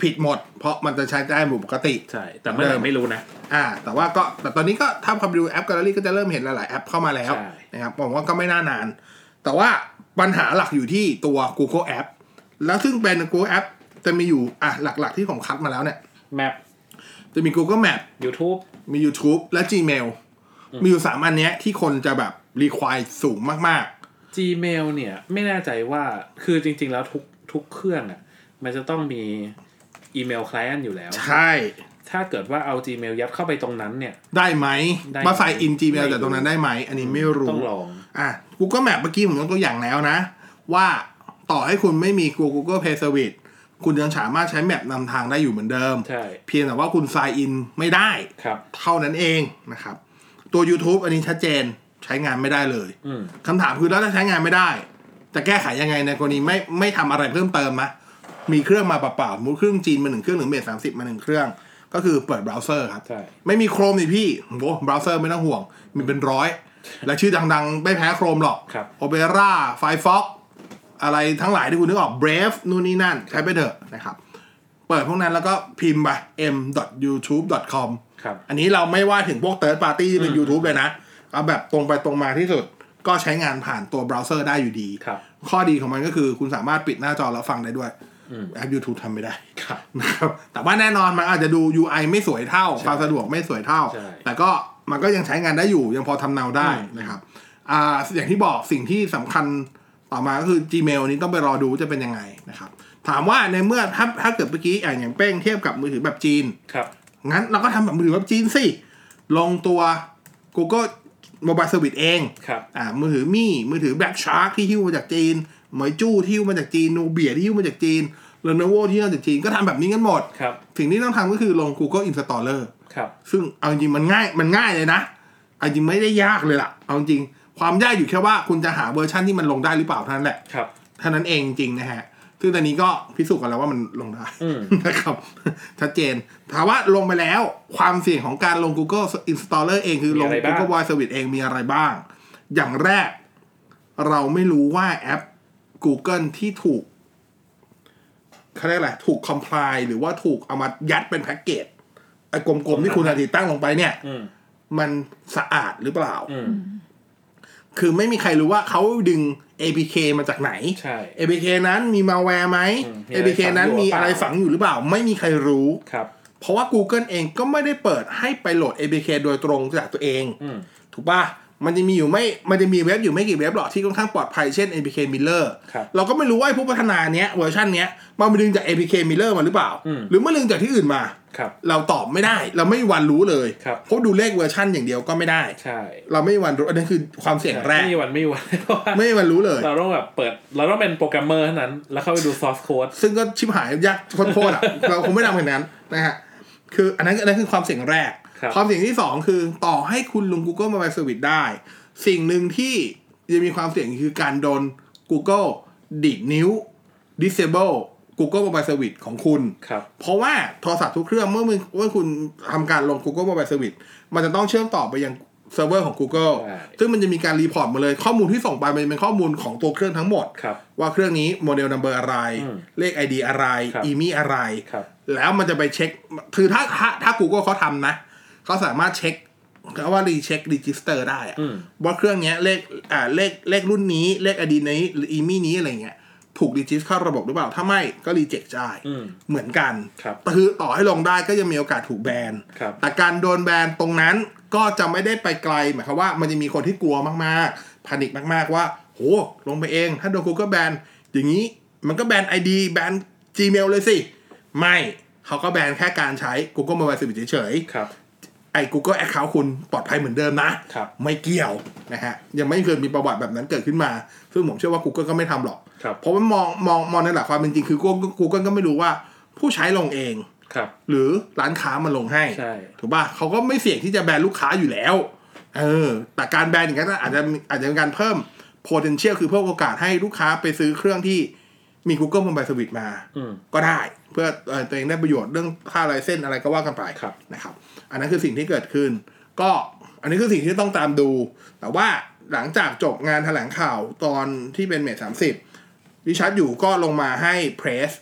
ผิดหมดเพราะมันจะใช้ได้ปกติใช่แต่เมื่อไหร่ไม่รู้นะอ่าแต่ว่าก็แต่ตอนนี้ก็ถ้าพอไปดูแอปแกลเลอรี่ก็จะเริ่มเห็นหลายๆแอปเข้ามาแล้วนะครับผมว่าก็ไม่น่านานแต่ว่าปัญหาหลักอยู่ที่ตัว Google App แล้วซึ่งเป็น Google App จะมีอยู่อ่ะหลักๆที่ผมคัดมาแล้วเนี่ย Map จะมี Google Map YouTube มี YouTube และ Gmail มีอยู่สามอันเนี้ยที่คนจะแบบ require สูงมากๆ Gmail เนี่ยไม่แน่ใจว่าคือจริงๆแล้วทุกทุกเครื่องอ่ะมันจะต้องมีอีเมล client อยู่แล้วใช่ถ้าเกิดว่าเอา Gmail ยัดเข้าไปตรงนั้นเนี่ยได้ไหมมาใส่ in Gmail แต่ตรงนั้นได้ไหมอันนี้ไม่รู้ต้องลองอ่ะ Google Map เมื่อกี้ผมยกตัวอย่างแล้วนะว่าต่อให้คุณไม่มี Google Play Service คุณยังสามารถใช้แมปนำทางได้อยู่เหมือนเดิมเพียงแต่ว่าคุณ sign in ไม่ได้เท่านั้นเองนะครับตัว YouTube อันนี้ชัดเจนใช้งานไม่ได้เลยคำถามคือแล้วถ้าใช้งานไม่ได้จะแก้ไขยังไงในกรณีไม่ไม่ทำอะไรเพิ่มเติมมะมีเครื่องมาเปล่าๆมูเครื่องจีนมาหนึ่งเครื่องหรือเมทสามสิบมาหนึ่งเครื่องก็คือเปิดเบราว์เซอร์ครับไม่มีโครมนี่พี่โอ้เบราว์เซอร์ไม่ต้องห่วงมีเป็นร้อยและชื่อดังๆไม่แพ้โครมหรอก Opera Firefox อะไรทั้งหลายที่คุณนึกออก Brave นู่นนี่นั่นใช้ไปเถอะนะครับเปิดพวกนั้นแล้วก็พิมพ์ไป เอ็ม ดอท ยูทูบ ดอท คอม อันนี้เราไม่ว่าถึงพวก third party ที่เป็น YouTube เลยนะเอาแบบตรงไปตรงมาที่สุดก็ใช้งานผ่านตัวเบราว์เซอร์ได้อยู่ดีข้อดีของมันก็คือคุณสามารถปิดหน้าจอแล้วฟังได้ด้วยแอป YouTube ทำไม่ได้นะครับแต่ว่าแน่นอนมันอาจจะดู ยู ไอ ไม่สวยเท่าความสะดวกไม่สวยเท่าแต่ก็มันก็ยังใช้งานได้อยู่ยังพอทำเนาได้นะครับอ่าอย่างที่บอกสิ่งที่สำคัญต่อมาก็คือ Gmail นี้ต้องไปรอดูจะเป็นยังไงนะครับถามว่าในเมื่อถ้าถ้าเกิดเมื่อกี้อย่างเป้งเทียบกับมือถือแบบจีนงั้นเราก็ทำแบบมือถือแบบจีนสิลงตัว Google Mobile Service เองอ่ามือถือมี่มือถือ Black Shark ที่ฮิ้วมาจากจีนหมอยจู้ที่ฮิ้วมาจากจีนโนเบียที่ฮิ้วมาจากจีนLenovo ที่ฮิ้วมาจากจีนก็ทำแบบนี้กันหมดสิ่งที่ต้องทำก็คือลง Google Installer ซึ่งเอาจริงมันง่ายมันง่ายเลยนะเอาจริงไม่ได้ยากเลยล่ะเอาจริงความยากอยู่แค่ว่าคุณจะหาเวอร์ชันที่มันลงได้หรือเปล่าเท่านั้นแหละเท่านั้นเองจริงนะฮะซึ่งตอนนี้ก็พิสูจน์กันแล้วว่ามันลงได้นะครับชัดเจนถามว่าลงไปแล้วความเสี่ยงของการลง Google Installer เองคือลง Google Voice Service เองมีอะไรบ้างอย่างแรกเราไม่รู้ว่าแอป Google ที่ถูกเขาเรียกอะไรถูก comply หรือว่าถูกเอามายัดเป็นแพ็กเกจไอ้กลมๆที่คุณติดตั้งลงไปเนี่ยมันสะอาดหรือเปล่าคือไม่มีใครรู้ว่าเขาดึง เอ พี เค มาจากไหน เอ พี เค นั้นมีมาแวร์ไหม เอ พี เค นั้นมีอะไรฝังอยู่หรือเปล่าไม่มีใครรู้เพราะว่า Google เองก็ไม่ได้เปิดให้ไปโหลด เอ พี เค โดยตรงจากตัวเองถูกป่ะมันจะมีอยู่ไม่มันจะมีเว็บอยู่ไม่กี่เว็บหรอกที่ค่อนข้างปลอดภัยเช่น เอ พี เค Miller เราก็ไม่รู้ว่าไอ้ผู้พัฒนาเนี้ยเวอร์ชันเนี้ยมันไปดึงจาก เอ พี เค Miller มาหรือเปล่าหรือมันดึงจากที่อื่นมาเราตอบไม่ได้เราไม่มีวันรู้เลยเพราะดูเลขเวอร์ชันอย่างเดียวก็ไม่ได้เราไม่มีวันรู้อันนี้คือความเสี่ยงแรกไม่มีวันไม่มีวันไม่มีวันรู้เลยเราต้องแบบเปิดเราต้องเป็นโปรแกรมเมอร์เท่านั้นแล้วเข้าไปดู source code ซึ่งก็ชิบหายยากโคตรๆอ่ะเราคงไม่ทำแบบนั้นนะฮะคืออันนั้นอันนั้นคือความเสี่ยงแรกความเสี่ยงที่สองคือต่อให้คุณลง Google Mobile Service ได้สิ่งหนึ่งที่จะมีความเสี่ยงคือการโดน Google ดีดนิ้ว disable Google Mobile Service ของคุณเพราะว่าโทรศัพท์ทุกเครื่องเมื่อมึงเมื่อคุณทำการลง Google Mobile Service มันจะต้องเชื่อมต่อไปยังเซิร์ฟเวอร์ของ Google ซึ่งมันจะมีการรีพอร์ตมาเลยข้อมูลที่ส่งไปมันเป็นข้อมูลของตัวเครื่องทั้งหมดว่าเครื่องนี้โมเดลนัมเบอร์อะไรเลข ไอ ดี อะไร อี เอ็ม ไอ อะไรแล้วมันจะไปเช็คคือถ้าถ้าถ้า Google เขาทำนะเขาสามารถเช็คก็ว่ารีเช็ครีจิสเตอร์ได้อะว่าเครื่องเนี้ยเลขอ่าเลขเลขรุ่นนี้เลข ไอ ดี นี้หรือ อี เอ็ม ไอ นี้อะไรเงี้ยถูกรีจิสเข้าระบบหรือเปล่าถ้าไม่ก็รีเจ็คได้เหมือนกันแต่คือต่อให้ลงได้ก็ยังมีโอกาสถูกแบนแต่การโดนแบนตรงนั้นก็จะไม่ได้ไปไกลหมายความว่ามันจะมีคนที่กลัวมากๆพานิคมากๆว่าโหลงไปเองถ้าโดน Google แบนอย่างนี้มันก็แบน ไอ ดี แบน Gmail เลยสิไม่เขาก็แบนแค่การใช้ Google Mobile Service เฉยๆไอ้ Google Account คุณปลอดภัยเหมือนเดิมนะไม่เกี่ยวนะฮะยังไม่เคยมีประวัติแบบนั้นเกิดขึ้นมาซึ่งผมเชื่อว่า Google ก็ไม่ทำหรอกเพราะว่ามองมองมองในหลักความเป็นจริงคือ Google ก็ไม่รู้ว่าผู้ใช้ลงเองหรือร้านค้ามาลงให้ถูกป่ะเขาก็ไม่เสี่ยงที่จะแบนลูกค้าอยู่แล้วเออแต่การแบนอย่างนั้นอาจจะอาจจะเป็นการเพิ่ม potential คือเพิ่มโอกาสให้ลูกค้าไปซื้อเครื่องที่มี Google Mobile Service มาก็ได้เพื่อตัวเองได้ประโยชน์เรื่องค่าไลเซนส์อะไรก็ว่ากันไปนะครับอันนั้นคือสิ่งที่เกิดขึ้นก็อันนี้คือสิ่งที่ต้องตามดูแต่ว่าหลังจากจบงานแถลงข่าวตอนที่เป็นเมษสามสิบริชาร์ดอยู่ก็ลงมาให้เพรสค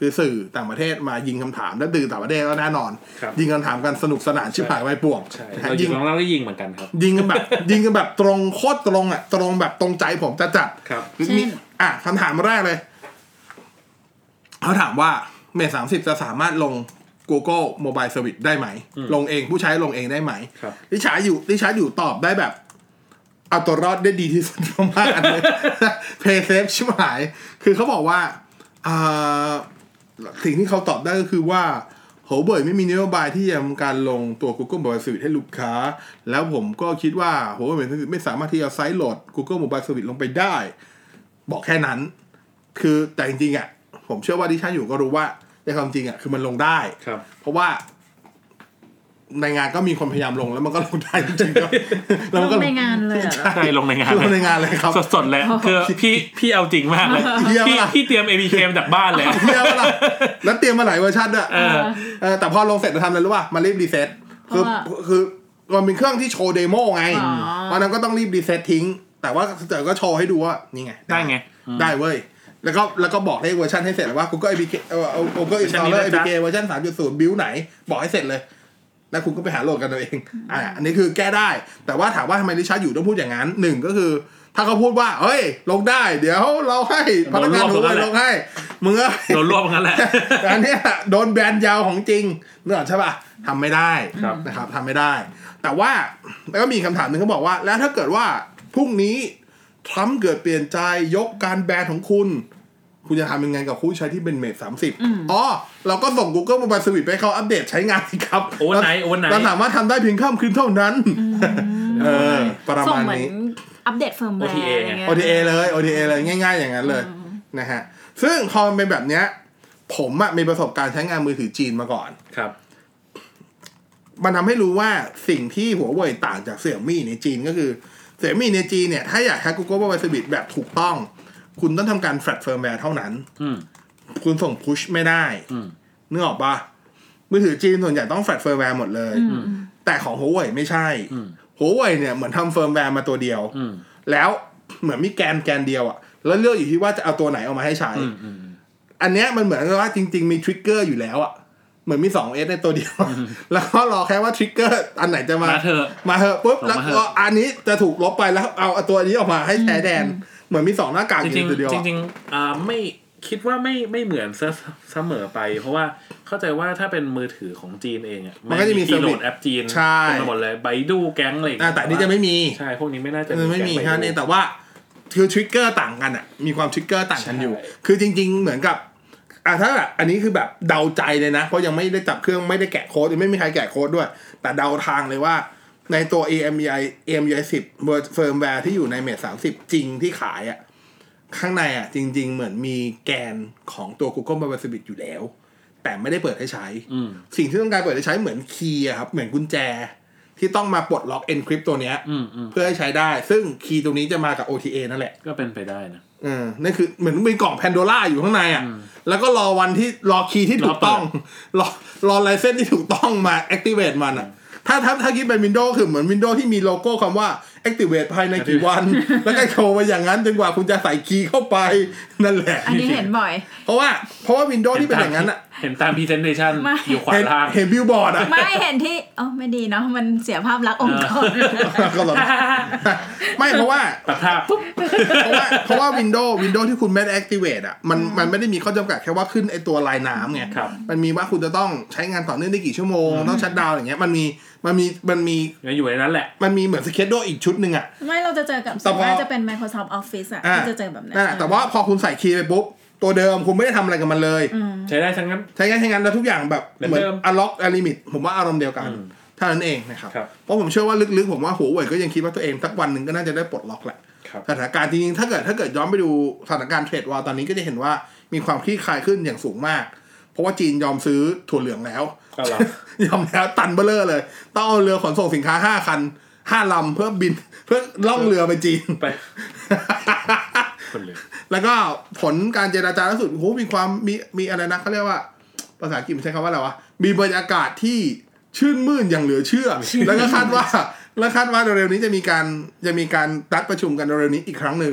คือสื่อต่างประเทศมายิงคำถามแล้วตื่นต่างประเทศก็แน่นอนยิงคำถามกันสนุกสนานชิบหายไว้ป่วงเรายิงของเราก็ยิงเหมือนกันครับยิงกันแบบยิงกันแบบตรงโคตรตรงอ่ะตรงแบบตรงใจผมจะจัดครับมีอ่ะคำถามแรกเลยเขาถามว่าเมทสามสิบจะสามารถลง Google Mobile Service ได้ไหมลงเองผู้ใช้ลงเองได้ไหมที่ใช้อยู่ที่ใช้อยู่ตอบได้แบบเอาตัวรอดได้ดีที่สุดมากอันเลยเพย์เซฟชิบหายคือเขาบอกว่าอ่าสิ่งที่เขาตอบได้ก็คือว่าโหเบยไม่มีนโยบายที่จะทำการลงตัว Google Mobile Service ให้ลูกค้าแล้วผมก็คิดว่าโหเบยไม่สามารถที่จะไซด์โหลด Google Mobile Service ลงไปได้บอกแค่นั้นคือแต่จริงๆอ่ะผมเชื่อว่าที่ใช้อยู่ก็รู้ว่าในความจริงอ่ะคือมันลงได้เพราะว่าในงานก็มีคนพยายามลงแล้วมันก็ลงได้จริงๆแล้วมันก็ลงในงานเลยเหรอใช่ลงในงานลงในงานเลยครับสดๆเลยคือพี่พี่เอาจริงมากเลยพี่พี่เตรียม เอ พี เค มาจากบ้านเลยเตรียมมาแล้วเตรียมมาหลายเวอร์ชันด้วยเออแต่พอลงเสร็จจะทำอะไรรู้ป่ะมารีบรีเซ็ตคือคือมันเป็นเครื่องที่โชว์เดโมไงเพราะนั้นก็ต้องรีบรีเซ็ตทิ้งแต่ว่าแต่ก็โชว์ให้ดูว่านี่ไงได้ไงได้เว้ยแล้วก็แล้วก็บอกเลขเวอร์ชันให้เสร็จแล้วว่า Google เอ พี เค เอ่อ Google Installer เอ พี เค เวอร์ชัน สามจุดศูนย์ บิลไหนบอกให้เสร็จเลยแล้วคุณก็ไปหาโหลดกันเอาเองอ่าอันนี้คือแก้ได้แต่ว่าถามว่าทำไมริชาร์ดอยู่ต้องพูดอย่างนั้นหนึ่งก็คือถ้าเขาพูดว่าเฮ้ยลงได้เดี๋ยวเราให้พนักงานหนูไปลงให้มึงเอ้ยโดนรวบงั้นแหละอันนี้โดนแบนยาวของจริงนึกออกใช่ป่ะทำไม่ได้นะครับทำไม่ได้แต่ว่าแล้วก็มีคำถามนึงเขาบอกว่าแล้วถ้าเกิดว่าพรุ่งนี้ทรัมป์เกิดเปลี่ยนใจยกการแบนของคุณคุณจะทำยังไงกับผู้ใช้ที่เป็นเมทสามสิบอ๋อเราก็ส่ง Google Mobile Service ไปให้เขาอัปเดตใช้งานสิครับโอเวอร์ไนท์โอเวอร์ไนท์เราสามารถทำได้เพียงค่ำคืนเท่านั้นเออประมาณนี้อัปเดตเฟิร์มแวร์โอ ที เอ เลย โอ ที เอ เลยง่ายๆอย่างนั้นเลยนะฮะซึ่งพอมันเป็นแบบเนี้ยผมอะมีประสบการณ์ใช้งานมือถือจีนมาก่อนครับมันทำให้รู้ว่าสิ่งที่หัวเว่ยต่างจากเสี่ยมี่ในจีนก็คือเสี่ยมี่ในจีนเนี่ยถ้าอยากใช้ Google Mobile Service แบบถูกต้องคุณต้องทำการแฟลชเฟิร์มแวร์เท่านั้นคุณส่งพุชไม่ได้นึกออกปะมือถือจีนส่วนใหญ่ต้องแฟลชเฟิร์มแวร์หมดเลยแต่ของหัวเว่ยไม่ใช่หัวเว่ยเนี่ยเหมือนทำเฟิร์มแวร์มาตัวเดียวแล้วเหมือนมีแกนแกนเดียวอ่ะแล้วเลือกอยู่ที่ว่าจะเอาตัวไหนออกมาให้ใช้อันเนี้ยมันเหมือนกับว่าจริงๆมีทริกเกอร์อยู่แล้วอ่ะเหมือนมีสองเอสในตัวเดียวแล้วก็รอแค่ว่าทริกเกอร์อันไหนจะมามาเถอะมาเถอะปุ๊บแล้วก็อันนี้จะถูกลบไปแล้วเอาตัวนี้ออกมาให้แชร์แดนเหมือนมีสองหน้ากากอยู่ตัวเดียวจริงๆอ่าไม่คิดว่าไม่ไม่เหมือนเสมอไปเพราะว่าเข้าใจว่าถ้าเป็นมือถือของจีนเองอ่ะมันก็จะมีเซอร์วิสแอปจีนเป็นหมดเลยไบดูแก๊งอะไรแต่อันนี้จะไม่มีใช่พวกนี้ไม่น่าจะไม่มีแค่นี้แต่ว่าคือทริกเกอร์ต่างกันอ่ะมีความทริกเกอร์ต่างกันอยู่คือจริงๆเหมือนกับอ่ะถ้าแบบอันนี้คือแบบเดาใจเลยนะเพราะยังไม่ได้จับเครื่องไม่ได้แกะโค้ดยังไม่มีใครแกะโค้ดด้วยแต่เดาทางเลยว่าในตัว เอ เอ็ม ยู ไอ เอ เอ็ม ยู ไอ สิบเฟิร์มแวร์ที่อยู่ใน Mate สามสิบจริงที่ขายอ่ะข้างในอ่ะจริงๆเหมือนมีแกนของตัว Google Mobile Service อยู่แล้วแต่ไม่ได้เปิดให้ใช้สิ่งที่ต้องการเปิดให้ใช้เหมือนคีย์ครับเหมือนกุญแจที่ต้องมาปลดล็อก encrypt ตัวเนี้ยเพื่อให้ใช้ได้ซึ่งคีย์ตรงนี้จะมากับ โอ ที เอ นั่นแหละก็เป็นไปได้นะเออนั่นคือเหมือนมีกล่องแพนโดร่าอยู่ข้างในอ่ะแล้วก็รอวันที่รอคีย์ที่ถูกต้องรอรอไลเซนส์ที่ถูกต้องมา activate มันอ่ะถ้าถ้าถ้าคิดเป็น Windows คือเหมือน Windows ที่มีโลโก้คำว่า activate ภายในกี่วันแล้วก็โชว์ไปอย่างนั้นจนกว่าคุณจะใส่คีย์เข้าไปนั่นแหละอันนี้เห็นบ่อยเพราะว่าเพราะว่า Windows ที่เป็นอย่างนั้นอ่ะเห็นตาม presentation อยู่ขวาล่างเห็นบิลบอร์ดอ่ะไม่เห็นที่อ๋อไม่ดีเนาะมันเสียภาพลักษณ์องค์กรไม่เพราะว่าตัดภาพปุ๊บเพราะว่าเพราะว่า Windows Windows ที่คุณไม่ได้ activate อ่ะมันมันไม่ได้มีข้อจำกัดแค่ว่าขึ้นไอตัวลายน้ำไงมันมีว่าคุณจะต้องใช้งานต่อเนื่องได้กี่ชั่วโมงต้องชัตดาวน์อย่างเงี้ยมันมีมันมีมันมีอยู่ในนั้นแหละมันมีเหมือนสเกจโดอีกชุดนึงอ่ะไม่เราจะเจอกับส่วนมากจะเป็น Microsoft Office อ่ะที่จะเจอแบบนั้นแต่ว่าพอคุณใส่คีย์ไปปุ๊บตัวเดิมคุณไม่ได้ทำอะไรกับมันเลยใช้ได้ทั้งนั้นใช้ได้ทั้งนั้นแล้วทุกอย่างแบบเหมือน unlock limit ผมว่าอารมณ์เดียวกันเท่านั้นเองนะครับเพราะผมเชื่อว่าลึกๆผมว่าหัวเว่ยก็ยังคิดว่าตัวเองสักวันหนึ่งก็น่าจะได้ปลดล็อกแหละสถานการณ์จริงๆถ้าเกิดถ้าเกิดย้อนไปดูสถานการณ์เทรดวอร์ตอนนี้ก็จะเห็นว่ามีความคลี่คลายขึ้นอย่างสูงมากเพราะว่าจีนยอมซื้อถั่วเหลืองแล้วยอมแล้วตันเบลเลอร์เลยต้องเอาเรือขนส่งสินค้าห้าคันห้าลำเพื่อบินเพื่อล่องเรือไปจีนไปแล้วก็ผลการเจรจาล่าสุดโหมีความมีมีอะไรนะเขาเรียกว่าภาษาอังกฤษใช้คำว่าอะไรวะมีบรรยากาศที่ชื่นมื่นอย่างเหลือเชื่อแล้วก็คาดว่าแล้วคาดว่าเร็วๆนี้จะมีการจะมีการนัดประชุมกันเร็วๆนี้อีกครั้งนึง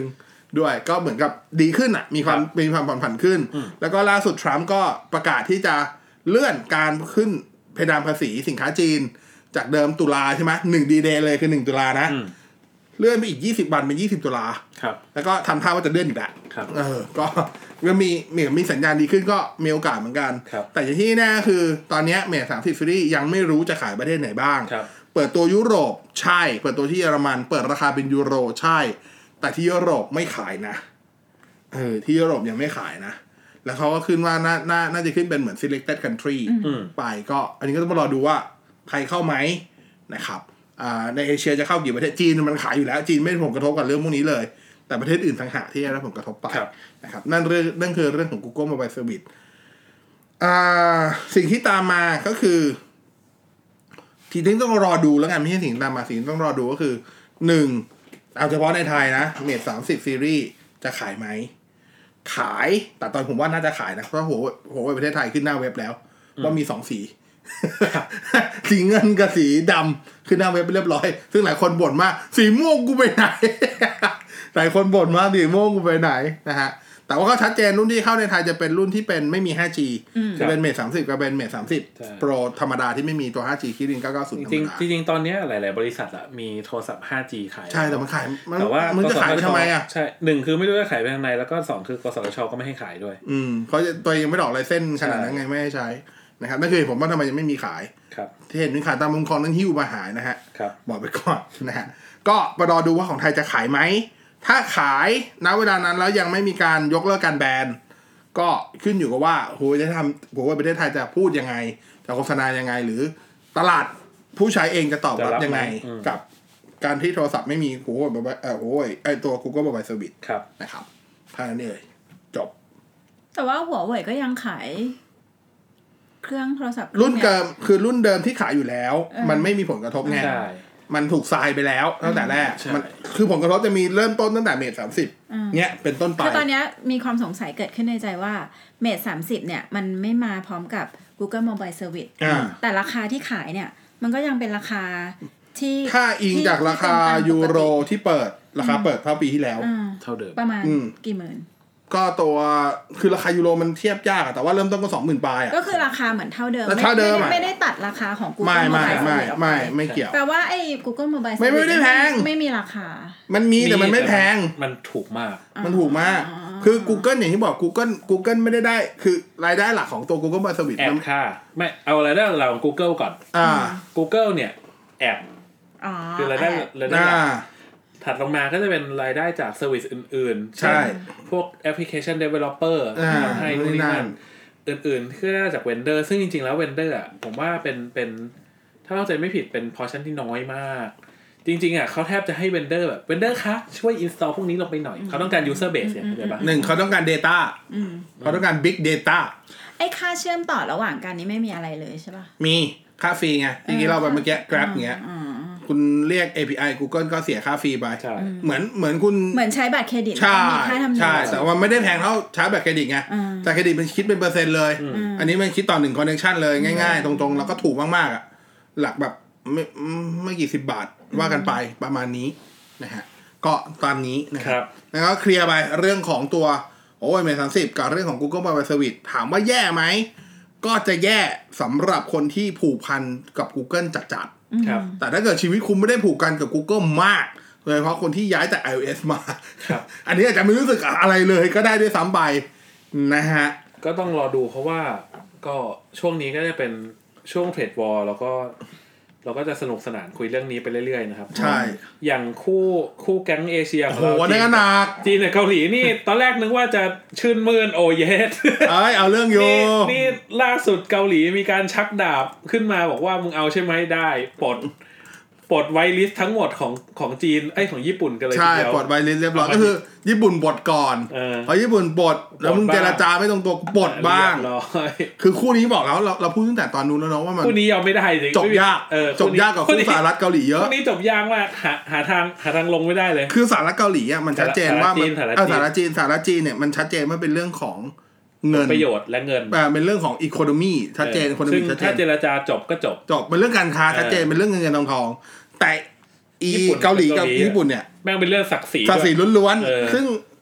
ด้วยก็เหมือนกับดีขึ้นอ่ะมีความมีความผ่อนผันขึ้นแล้วก็ล่าสุดทรัมป์ก็ประกาศที่จะเลื่อนการขึ้นเพดานภาษีสินค้าจีนจากเดิมตุลาใช่ไหมหนึ่งดีเดย์เลยคือหนึ่งตุลานะเลื่อนไปอีกยี่สิบวันเป็นยี่สิบตุลาครับแล้วก็ทำท่าว่าจะเลื่อนอีกแหละครับเออก็ก็มีมีมีสัญญาณดีขึ้นก็มีโอกาสเหมือนกันแต่อย่างที่แน่คือตอนนี้เมทสามสิบซีรีส์ยังไม่รู้จะขายประเทศไหนบ้างเปิดตัวยุโรปใช่เปิดตัวที่เยอรมันเปิดราคาเป็นยูโรใช่แต่ที่ยุโรปไม่ขายนะเออที่ยุโรปยังไม่ขายนะแล้วเขาก็ขึ้นว่าน่าน่าน่าจะขึ้นเป็นเหมือน selected country ไปก็อันนี้ก็ต้องมารอดูว่าใครเข้าไหมนะครับอ่าในเอเชียจะเข้ากี่ประเทศจีนมันขายอยู่แล้วจีนไม่ได้ผลกระทบกับเรื่องพวกนี้เลยแต่ประเทศอื่นต่างหากที่ได้รับผลกระทบไปนะครับนั่นเรื่องนั่นคือเรื่องของ Google Mobile Service อ่าสิ่งที่ตามมาก็คือที่ต้องรอดูแล้วกันไม่ใช่สิ่งตามมาสิ่งที่ต้องรอดูก็คือหนึ่งเอาเฉพาะในไทยนะเมทสามสิบซีรีส์จะขายไหมขายแต่ตอนผมว่าน่าจะขายนะเพราะหัวหัวประเทศไทยขึ้นหน้าเว็บแล้วว่ามีสองสีสีเงินกับสีดำขึ้นหน้าเว็บไปเรียบร้อยซึ่งหลายคนบ่นมากสีม่วงกูไปไหน หลายคนบ่นมากสีม่วงกูไปไหนนะฮะแต่ว่าก็ชัดเจนรุ่นที่เข้าในไทยจะเป็นรุ่นที่เป็นไม่มี ห้าจี จะเป็นเมทสามสิบกับเป็นเมทสามสิบ Pro ธรรมดาที่ไม่มีตัว ห้าจี Kirin เก้าเก้าศูนย์ธรรมดาจริงจริงตอนนี้หลายๆบริษัทอะมีโทรศัพท์ ห้าจี ขายใช่แต่มันขายแต่ว่ามันจะขายไปทำไมอะใช่หนึ่งคือไม่รู้จะขายไปทางไหนแล้วก็สองคือกสทชก็ไม่ให้ขายด้วยอืมเพราะตัวยังไม่ดอกลายเส้นขนาดนั้นไงไม่ให้ใช้นะครับนั่นคือผมว่าทำไมยังไม่มีขายที่เห็นมีขายตามมุมคลองนั่นหิ้วมาหายนะฮะบอกไปก่อนนะฮะก็มารอดูว่าของไทยจะขายไหมถ้าขายณเวลานั้นแล้วยังไม่มีการยกเลิกการแบนก็ขึ้นอยู่กับว่าโหจะทำผมว่าประเทศไทยจะพูดยังไงจะโฆษณายังไงหรือตลาดผู้ใช้เองจะตอบรับยังไงกับการที่โทรศัพท์ไม่มีโหแบบเออโอ้ยไอตัว Google Mobile Service นะครับเท่านั้นเลยจบแต่ว่าหัวเว่ยก็ยังขายเครื่องโทรศัพท์รุ่นเดิมคือรุ่นเดิมที่ขายอยู่แล้วมันไม่มีผลกระทบไงมันถูกทรายไปแล้วตั้งแต่แรกมันคือผลกระทบจะมีเริ่มต้นตั้งแต่เมทสามสิบเนี้ยเป็นต้นไปคือตอนนี้มีความสงสัยเกิดขึ้นในใจว่าเมทสามสิบเนี่ยมันไม่มาพร้อมกับ Google Mobile Service แต่ราคาที่ขายเนี่ยมันก็ยังเป็นราคาที่ถ้าอิงจากราคายูโรที่เปิดราคาเปิดเท่าปีที่แล้วเท่าเดิมประมาณกี่หมื่นก็ตัวคือราคายูโรมันเทียบยากแต่ว่าเริ่มต้นก็ สองหมื่น ปลายอ่ะก็คือราคาเหมือนเท่าเดิมไม่ได้ไม่ได้ตัดราคาของ Google Mobile ไม่ไม่ไม่ไม่เกี่ยวแปลว่าไอ้ Google Mobile ไม่ไม่ได้แพงไม่มีราคามันมีแต่มันไม่แพงมันถูกมากมันถูกมากคือ Google อย่างที่บอก Google Google ไม่ได้ได้คือรายได้หลักของตัว Google Mobile Service แอดค่าไม่เอารายได้หลักของ Google ก่อนอ่า Google เนี่ยแอดคือรายได้รายได้ถัดลงมาก็จะเป็นรายได้จากเซอร์วิสอื่นๆใช่พวกแอปพลิเคชัน developer ทำให้นู่นนี่นั่นอื่นๆที่ได้จากเวนเดอร์ซึ่งจริงๆแล้วเวนเดอร์อ่ะผมว่าเป็นเป็นถ้าเข้าใจไม่ผิดเป็นพอร์ชั่นที่น้อยมากจริงๆอ่ะเขาแทบจะให้เวนเดอร์แบบเวนเดอร์คะช่วย install พวกนี้ลงไปหน่อยเขาต้องการ user base เนี่ยเข้าใจป่ะหนึ่งเขาต้องการ data เขาต้องการ big data ไอ้ค่าเชื่อมต่อระหว่างกันนี้ไม่มีอะไรเลยใช่ป่ะมีค่าฟรีไงที่เราไปเมื่อกี้ Grab อย่างเงี้ยคุณเรียก เอ พี ไอ Google ก็เสียค่าฟรีไปเหมือนเหมือนคุณเหมือนใช้บัตรเครดิตใช่ใช่แต่ว่าไม่ได้แพงเท่าใช้บัตรเครดิตไงแต่เครดิตมันคิดเป็นเปอร์เซ็นต์เลยอันนี้มันคิดต่อหนึ่งคอนเนคชั่นเลยง่ายๆตรงๆแล้วก็ถูกมากๆอ่ะหลักแบบไม่ไม่กี่สิบบาทว่ากันไปประมาณนี้นะฮะก็ตามนี้นะครับแล้วก็เคลียร์ไปเรื่องของตัวโอ้ยเมทสามสิบกับเรื่องของ Google Mobile Service ถามว่าแย่ไหมก็จะแย่สำหรับคนที่ผูกพันกับ Google จัดๆแต่ถ้าเกิดชีวิตคุณไม่ได้ผูกกันกับ Google มากโดยเฉพาะคนที่ย้ายจาก iOS มา อันนี้อาจจะไม่รู้สึกอะไรเลยก็ได้ด้วยซ้ำไปนะฮะก็ต้องรอดูเพราะว่าก็ช่วงนี้ก็จะเป็นช่วงเทรดวอร์แล้วก็เราก็จะสนุกสนานคุยเรื่องนี้ไปเรื่อยๆนะครับใช่อย่างคู่คู่แก๊งเอเชียของเราโอ้โหนี่ก็หนักจีนกับเกาหลีนี่ตอนแรกนึกว่าจะชื่นมื่นโอเยสเอ้ยเอาเรื่องอยู่นี่ล่าสุดเกาหลีมีการชักดาบขึ้นมาบอกว่ามึงเอาใช่ไหมได้ปลดปลดไวลิสทั้งหมดของของจีนไอ้ของญี่ปุ่นกันเลยทีเดียวใช่ปลดไวลิสเรียบร้อยก็คือญี่ปุ่นปลดก่อนพอญี่ปุ่นปลดแล้วมึงเจรจาไม่ตรงตัวปลดบ้างคือคู่นี้บอกแล้วเราเราพูดตั้งแต่ตอนนู้นแล้วเนาะว่ามันคู่นี้ยอมไม่ได้จริงจบยากจบยากกับคู่สหรัฐเกาหลีเยอะคู่นี้จบยากมากหาหาทางหาทางลงไม่ได้เลยคือสหรัฐเกาหลีอ่ะมันชัดเจนว่ามันเออสหรัฐจีนสหรัฐจีนเนี่ยมันชัดเจนว่าเป็นเรื่องของเงินประโยชน์และเงินเป็นเรื่องของอีโคโนมีชัดเจนอีโคโนมีชัดเจนถ้าเจรจาจบก็จบจบเป็นเรื่องการค้าชัดเจนเป็นเรื่องเงินเงินทองทองแต่อีเกาหลีกับญี่ปุ่นเนี่ยแม่งเป็นเรื่องศักดิ์ศรีศักดิ์ศรีล้วนๆซึ่ง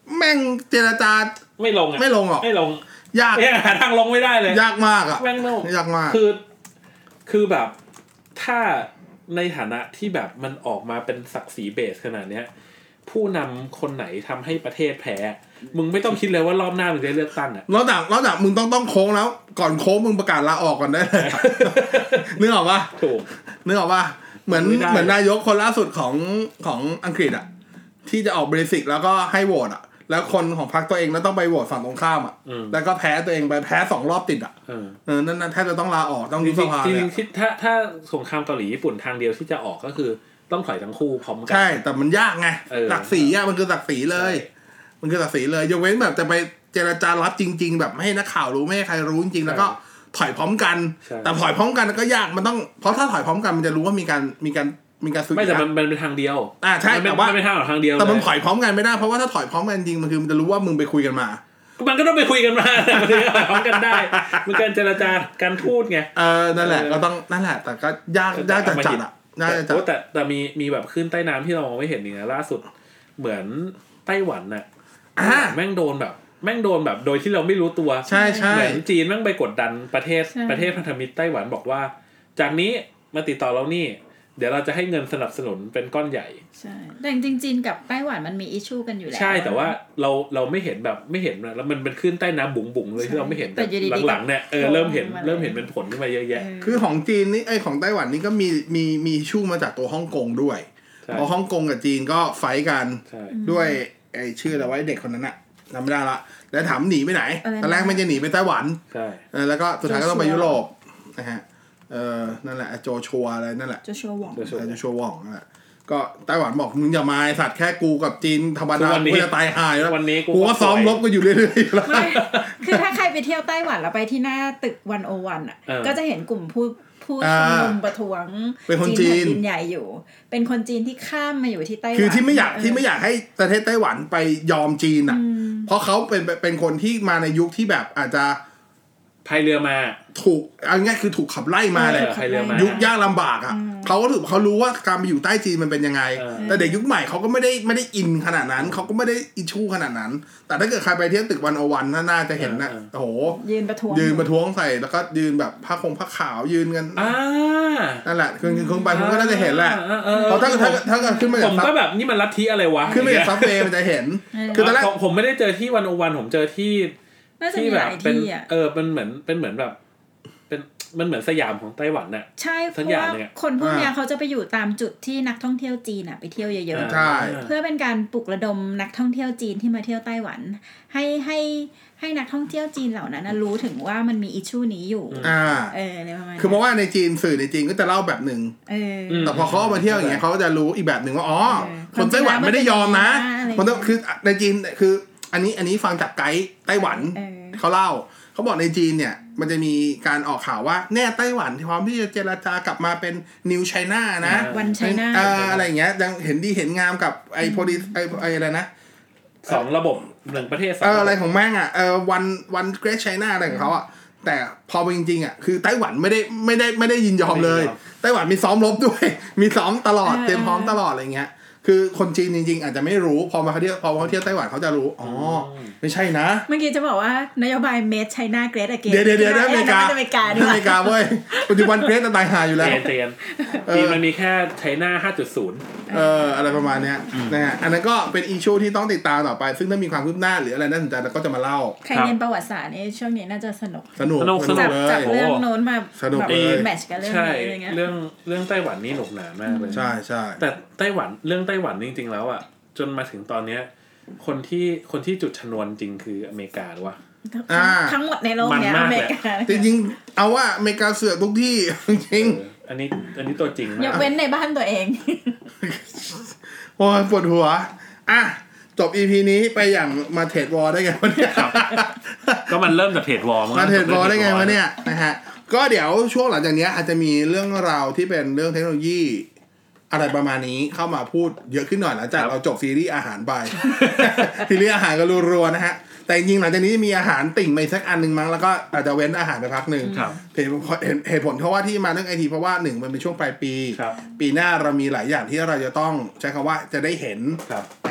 แม่งเจรจาไม่ลงไม่ลงหรอกไม่ลงยากหาทางลงไม่ได้เลยยากมากอ่ะแม่งไม่ลงยากมากคือคือแบบถ้าในฐานะที่แบบมันออกมาเป็นศักดิ์ศรีเบสขนาดเนี้ยผู้นำคนไหนทำให้ประเทศแพ้มึงไม่ต้องคิดเลยว่ารอบหน้ามึงจะเลือกตั้งอ่ะแล้วจากแล้วจากมึงต้องต้องโค้งแล้วก่อนโค้งมึงประกาศลาออกก่อนได้เลย นึกออกปะถูกนึกออกปะเหมือนเหมือนนายกคนล่าสุดของของอังกฤษอ่ะที่จะออกเบสิกแล้วก็ให้โหวตอ่ะแล้วคนของพรรคตัวเองแล้วต้องไปโหวตฝั่งตรงข้ามอ่ะแล้วก็แพ้ตัวเองไปแพ้สองรอบติดอ่ะเออนั่นนั่นแทบจะต้องลาออกต้องยุบสภาจริงๆถ้าถ้าสงครามเกาหลีญี่ปุ่นทางเดียวที่จะออกก็คือต้องถอยทั้งคู่พร้อมกันใช่แต่มันยากไงศักดิ์ศรีอ่ะมันคือศักดิ์ศรีเลยมันคือศักดิ์ศรีเลยยกเว้นแบบจะไปเจรจารับจริงๆแบบไม่ให้นักข่าวรู้ไม่ให้ใครรู้จริงๆแล้วก็ถอยพร้อมกันแต่ถอยพร้อมกันก็ยากมันต้องเพราะถ้าถอยพร้อมกันมันจะรู้ว่ามีการมีการมีการไม่แต่มันมันเป็นทางเดียวอ่าใช่แต่ว่ามันเป็นทางทางเดียวแต่มันถอยพร้อมกันไม่ได้เพราะว่าถ้าถอยพร้อมกันจริงมันคือมันจะรู้ว่ามึงไปคุยกันมามันก็ต้องไปคุยกันมามันถึงจะถอยพร้อมกันได้มันการเจรจาการทูตไงเออนั่นแหละก็ต้องนั่นแหละแต่ก็ยากยากจัดจัดอ่ะน่าจะจัดแต่แต่มีมีแบบขึ้นใต้น้ำที่เรามองไม่เห็นนี่นะล่าสุดเหมือนไต้หวันน่ะแม่งโดนแบบแม่งโดนแบบโดยที่เราไม่รู้ตัวใช่ใช่เหมือนจีนแม่งไปกดดันประเทศประเทศพันธมิตรไต้หวันบอกว่าจากนี้มาติดต่อเรานี่เดี๋ยวเราจะให้เงินสนับสนุนเป็นก้อนใหญ่ใช่แต่จริงๆจีนกับไต้หวันมันมีอิชชูกันอยู่แล้วใช่แต่ว่าเราเราไม่เห็นแบบไม่เห็นแล้วมันเป็นขึ้นใต้น้ำบุ๋งบุ๋งเลยที่เราไม่เห็นแต่หลังๆเนี่ยเออเริ่มเห็นเริ่มเห็นเป็นผลขึ้นมาเยอะแยะคือของจีนนี่ไอของไต้หวันนี่ก็มีมีมีอิชชูมาจากตัวฮ่องกงด้วยเพราะฮ่องกงกับจีนก็ไฟกันด้วยไอชื่ออะไรไว้เด็กคนนั้นอะจำไม่ได้ละแล้วถามหนีไปไหนตอนแรกมันจะหนีไปไต้หวันใช่แล้วก็สุดท้ายก็ต้องไปยุโรปนะฮะเออนั่นแหละโจชัวอะไรนั่นแหละโจชัวหว่องโจชัวหว่องนั่นแหละก็ไต้หวันบอกมึงอย่ามาไอ้สัตว์แค่กูกับจีนธรรมดากูจะตายหายแล้วกูก็ซ้อมรบกันอยู่เรื่อยๆแล้วคือถ้าใครไปเที่ยวไต้หวันแล้วไปที่หน้าตึกหนึ่งศูนย์หนึ่งอ่ะก็จะเห็นกลุ่มผู้ผู้ชุมนุมประท้วงจีนแผ่นดินใหญ่อยู่เป็นคนจีนที่ข้ามมาอยู่ที่ไต้หวันคือที่ไม่อยากที่ไม่อยากให้ประเทศไต้หวันไปยอมจีนอ่ะเพราะเขาเป็นเป็นคนที่มาในยุคที่แบบอาจจะพายเรือมาถูกเอาง่ายคือถูกขับไล่มาเลยยุคยากลำบากอ่ะเขาก็ถือเขารู้ว่าการไปอยู่ใต้จีนมันเป็นยังไงแต่เด็กยุคใหม่เขาก็ไม่ได้ไม่ได้อินขนาดนั้นเขาก็ไม่ได้อิชูขนาดนั้นแต่ถ้าเกิดใครไปเที่ยวตึกวันโอวันน่าจะเห็นนะโอ้โหยืนประท้วงยืนประท้วงใส่แล้วก็ยืนแบบผ้าคงผ้าขาวยืนกันนั่นแหละคือคือคงไปคุณก็น่าจะเห็นแหละเพราะถ้าถ้าถ้าขึ้นมาจากผมก็แบบนี่มันลัทธิอะไรวะขึ้นมาจากซับเวย์มันจะเห็นคือตอนแรกผมไม่ได้เจอที่วันโอวันผมเจอที่ที่แบบเป็นเออเป็นเหมือนเป็นเหมือนแบบเป็นมันเหมือนสยามของไต้หวันน่ะใช่เพราะว่าคนพวกนี้เขาจะไปอยู่ตามจุดที่นักท่องเที่ยวจีนอ่ะไปเที่ยวเยอะๆเพื่อเป็นการปลุกระดมนักท่องเที่ยวจีนที่มาเที่ยวไต้หวันให้ให้ให้นักท่องเที่ยวจีนเหล่านั้นรู้ถึงว่ามันมีอิชชูนี้อยู่อ่าเอออะไรประมาณคือเพราะว่าในจีนสื่อในจีนก็จะเล่าแบบนึงเออแต่พอเขามาเที่ยวอย่างเงี้ยเขาจะรู้อีกแบบนึงว่าอ๋อคนไต้หวันไม่ได้ยอมนะมันต้องคือในจีนคืออันนี้อันนี้ฟังจากไกด์ไต้หวันเขาเล่าเขาบอกในจีนเนี่ยมันจะมีการออกข่าวว่าแน่ไต้หวันพร้อมที่จะเจรจากลับมาเป็นนิวไชน่านะวันไชน่าอะไรอย่างเงี้ยยังเห็นดีเห็นงามกับไอโพลิไอไออะไรนะสองระบบหนึ่งประเทศเอออะไรของแม่งอ่ะเออวันวันเกรทไชน่าอะไรของเขาอ่ะแต่พอจริงๆอ่ะคือไต้หวันไม่ได้ไม่ได้ไม่ได้ยินยอมเลยไต้หวันมีซ้อมรบด้วยมีซ้อมตลอดเตรียมพร้อมตลอดอะไรเงี้ยคือคนจีนจริงๆอาจจะไม่รู้พอมาเที่ยวพอมาเที่ยวไต้หวันเขาจะรู้อ๋อไม่ใช่นะเมื่อกี้จะบอกว่านโยบาย Made China Great Again เดี๋ยวเดี๋ยวเดี๋ยวอเมริกาอเมริกาอเมริกาเว้ยปัจจุบันเกรทตายหาอยู่แล้วเตียนจีนมันมีแค่ China ห้าจุดศูนย์เอออะไรประมาณเนี้ยนะฮะอันนั้นก็เป็นอิชชูที่ต้องติดตามต่อไปซึ่งถ้ามีความคืบหน้าหรืออะไรน่าสนใจเราก็จะมาเล่าใครเรียนประวัติศาสตร์นี่ช่วงนี้น่าจะสนุกสนุกสนุกเลยจากเรื่องโน้นมาแบบแมทช์กันเรื่องนี้อะไรเงี้ยเรื่องเรื่องไต้หวันนี่หนุกหนามากเลยใช่ใช่แต่ไต้หวันเรื่องไต้หวันจริงๆแล้วอ่ะจนมาถึงตอนเนี้ยคนที่คนที่จุดชนวนจริงคืออเมริกาหรือวะทั้งหมดในโลกเนี้ยอเมริกาจริงๆเอาว่าอเมริกาเสือกทุกที่จริงอันนี้อันนี้ตัวจริงยกเว้นในบ้านตัวเองโอ้ยปวดหัวอ่ะจบ อี พี นี้ไปอย่างมาเทรดวอร์ได้ไงวะเนี่ยก็มันเริ่มจากเทรดวอร์มาเทรดวอร์ได้ไงวะเนี่ยนะฮะก็เดี๋ยวช่วงหลังจากนี้อาจจะมีเรื่องราวที่เป็นเรื่องเทคโนโลยีอะไรประมาณนี้เข้ามาพูดเยอะขึ้นหน่อยหลังจากเราจบซีรีส์อาหารไป ซีรีส์อาหารก็รัวๆนะฮะแต่จริงๆหลังจากนี้มีอาหารติ่งไปสักอันนึงมั้งแล้วก็อาจจะเว้นอาหารไปพักนึงเหตุเหตุผลเพราะว่าที่มาเรื่อง ไอ ที เพราะว่าหนึ่งมันเป็นช่วงปลายปีปีหน้าเรามีหลายอย่างที่เราจะต้องใช้คำว่าจะได้เห็นนะ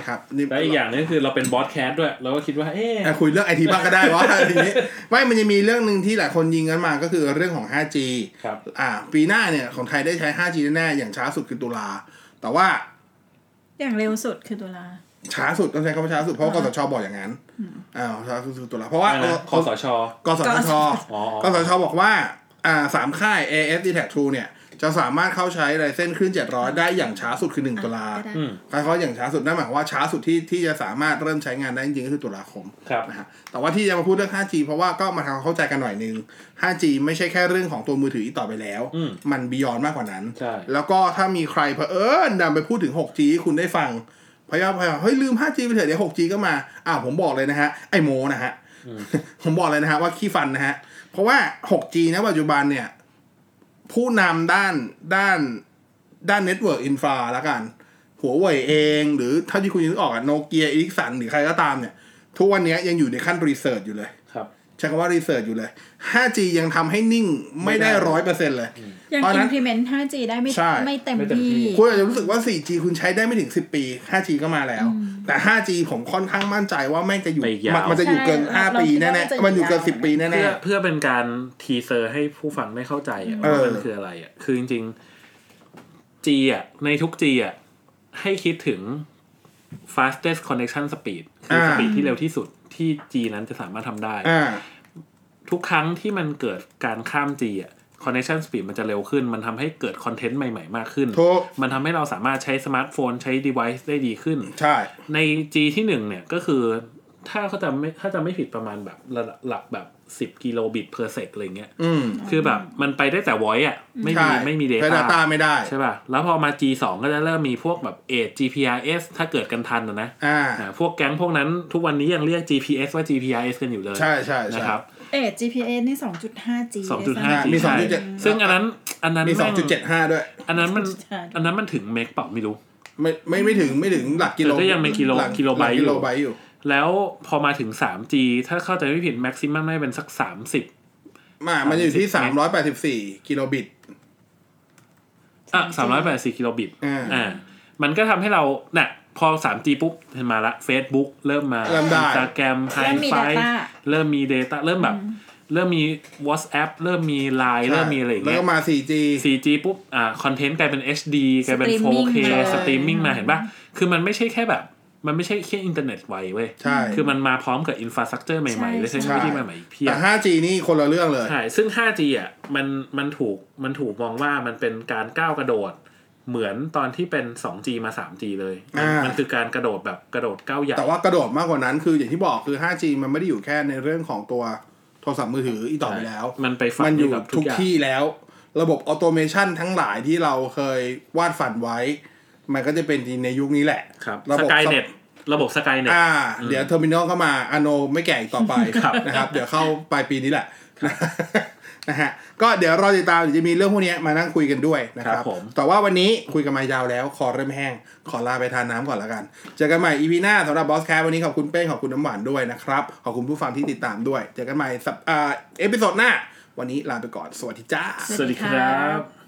ครับและอีกอย่างนึงคือเราเป็นบอสแคสด้วยเราก็คิดว่าเอ๊ะคุยเรื่อง ไอ ที บ้างก็ได้วะทีนี้ไม่มันจะมีเรื่องนึงที่หลายคนยิงกันมาก็คือเรื่องของ ไฟว์จีครับอ่าปีหน้าเนี่ยของไทยได้ใช้ ไฟว์จี แน่ๆอย่างช้าสุดคือตุลาแต่ว่าอย่างเร็วสุดคือตุลาช้าสุดต้องใช้คำว่าช้าสุดเพราะกสชบอกอย่างนั้นอ้าวช้าสุดคือตุลาเพราะว่ากสชกสชกสชบอกว่าอ่าสามค่าย เอ เอส ดี ที เอ ซี True เนี่ยจะสามารถเข้าใช้ไลเซนส์คลื่นเจ็ดร้อยได้อย่างช้าสุดคือหนึ่งตุลาคล้ายๆอย่างช้าสุดนั่นหมายความว่าช้าสุดที่ที่จะสามารถเริ่มใช้งานได้จริงๆก็คือตุลาคมนะฮะแต่ว่าที่จะมาพูดเรื่อง ไฟว์จี เพราะว่าก็มาทำความเข้าใจกันหน่อยนึง ไฟว์จี ไม่ใช่แค่เรื่องของตัวมือถืออีกต่อไปแล้วมันบียอนมากกว่านั้นแล้วก็ถ้ามีใครเผอิญนำไปพูดถึง หกจี ให้คุณได้ฟังพยายามพยายามเฮ้ยลืม ไฟว์จี ไปเถอะเดี๋ยว หกจี ก็มาอ้าวผมบอกเลยนะฮะไอโมนะฮะผมบอกเลยนะฮะว่าขี้ฟันนะฮะเพราะว่า หกจี ณ ปัจจุบันเนี่ยผู้นำด้านด้านด้าน Network Infra แล้วกันหัวเว่ยเองหรือเท่าที่คุณนึกออกอะโนเกีย Ericsson หรือใครก็ตามเนี่ยทุกวันนี้ยังอยู่ในขั้นรีเสิร์ชอยู่เลยครับใช้คำว่ารีเสิร์ชอยู่เลย ไฟว์จี ยังทำให้นิ่งไม่ได้ ร้อยเปอร์เซ็นต์ เลยยัง implement ไฟว์จี ได้ไม่ไม่เต็มที่คุณอาจจะรู้สึกว่า โฟร์จี คุณใช้ได้ไม่ถึงสิบปี ไฟว์จี ก็มาแล้วแต่ ไฟว์จี ผมค่อนข้างมั่นใจว่าแม่งจะอยู่มันจะอยู่เกินห้าปีแน่ๆมันอยู่เกินสิบปีแน่ๆเพื่อเพื่อเป็นการทีเซอร์ให้ผู้ฟังได้เข้าใจว่ามันคืออะไรอ่ะคือจริงๆ G อ่ะในทุก G อ่ะให้คิดถึง fastest connection speed คือสปีดที่เร็วที่สุดที่ G นั้นจะสามารถทำได้ทุกครั้งที่มันเกิดการข้าม G อ่ะ connection speed มันจะเร็วขึ้นมันทำให้เกิดคอนเทนต์ใหม่ๆมากขึ้นมันทำให้เราสามารถใช้สมาร์ทโฟนใช้ device ได้ดีขึ้นใช่ใน G ที่หนึ่งเนี่ยก็คือถ้าเขาจะไม่ถ้าจะไม่ผิดประมาณแบบระดับหลักแบบสิบกิโลบิต per sec อะไรเงี้ยคือแบบมันไปได้แต่ voice อ่ะไม่มีไม่มี data ใช้ data ไม่ได้ใช่ป่ะแล้วพอมา จี สอง ก็จะเริ่มมีพวกแบบ เอ จี พี อาร์ เอส ถ้าเกิดกันทันนะนะอ่าพวกแก๊งพวกนั้นทุกวันนี้ยังเรียก จี พี เอส ว่า จี พี อาร์ เอส กันอยู่เลยใช่ๆๆนะครับเอ จี พี เอส นี่ สองจุดห้า จีสองจุดห้า จีมี สองจุดเจ็ดซึ่งอันนั้นอันนั้นมี สองจุดเจ็ดห้า ด้วยอันนั้นมันอันนั้นมันถึงเมกเปล่าไม่รู้ไม่ไม่ไม่ถึงไม่ถึงหลักกิโลก็ยังเป็นกิโลกิโลไบต์อยู่แล้วพอมาถึง ทรีจี ถ้าเข้าใจไม่ผิดแม็กซิมัมได้เป็นสักสามสิบมามันอยู่ที่สามร้อยแปดสิบสี่กิโลบิตอ่ะสามร้อยแปดสิบสี่กิโลบิตอ่ามันก็ทำให้เราน่ะพอ ทรีจี ปุ๊บเห็นมาละ Facebook เริ่มมา Instagram Hi-Fi เริ่มมี data เริ่มแบบเริ่มมี WhatsApp เริ่มมี ไลน์ เริ่มมีอะไรอย่างเงี้ยแล้วก็มา โฟร์จีโฟร์จี ปุ๊บอ่าคอนเทนต์กลายเป็น เอช ดี กลายเป็น โฟร์เค สตรีมมิ่งมาเห็นป่ะคือมันไม่ใช่แค่แบบมันไม่ใช่แค่อินเทอร์เน็ตไวเว้ยใช่คือมันมาพร้อมกับอินฟราสตรัคเจอร์ใหม่ๆและเทคโนโลยีใหม่ๆเพียบแต่ ไฟว์จี นี่คนละเรื่องเลยใช่ซึ่ง ไฟว์จี อ่ะมันมันถูกมันถูกมองว่ามันเป็นการก้าวกระโดดเหมือนตอนที่เป็น ทูจี มา ทรีจี เลยมันคือการกระโดดแบบกระโดดก้าวใหญ่แต่ว่ากระโดดมากกว่านั้นคืออย่างที่บอกคือ ไฟว์จี มันไม่ได้อยู่แค่ในเรื่องของตัวโทรศัพท์มือถืออีกต่อไปแล้วมันไปมันอยู่ทุกที่แล้วระบบออโตเมชันทั้งหลายที่เราเคยวาดฝันไว้มันก็จะเป็นในยุคนี้แหละระบบ Skynet ระบบ Skynet อ่าเดี๋ยวเทอร์มินอลเข้ามาอโนไม่แก่อีกต่อไปนะครับเดี๋ยวเข้าปลายปีนี้แหละนะฮะก็เดี๋ยวรอติดตามเดี๋ยวจะมีเรื่องพวกนี้มานั่งคุยกันด้วยนะครับแต่ว่าวันนี้คุยกันมายาวแล้วคอเริ่มแห้งขอลาไปทานน้ำก่อนแล้วกันเจอกันใหม่ อี พี หน้าสำหรับบอสแคสวันนี้ขอบคุณเป้ขอบคุณน้ำหวานด้วยนะครับขอบคุณผู้ฟังที่ติดตามด้วยเจอกันใหม่อ่าเอพิโซดหน้าวันนี้ลาไปก่อนสวัสดีจ้าสวัสดีครับ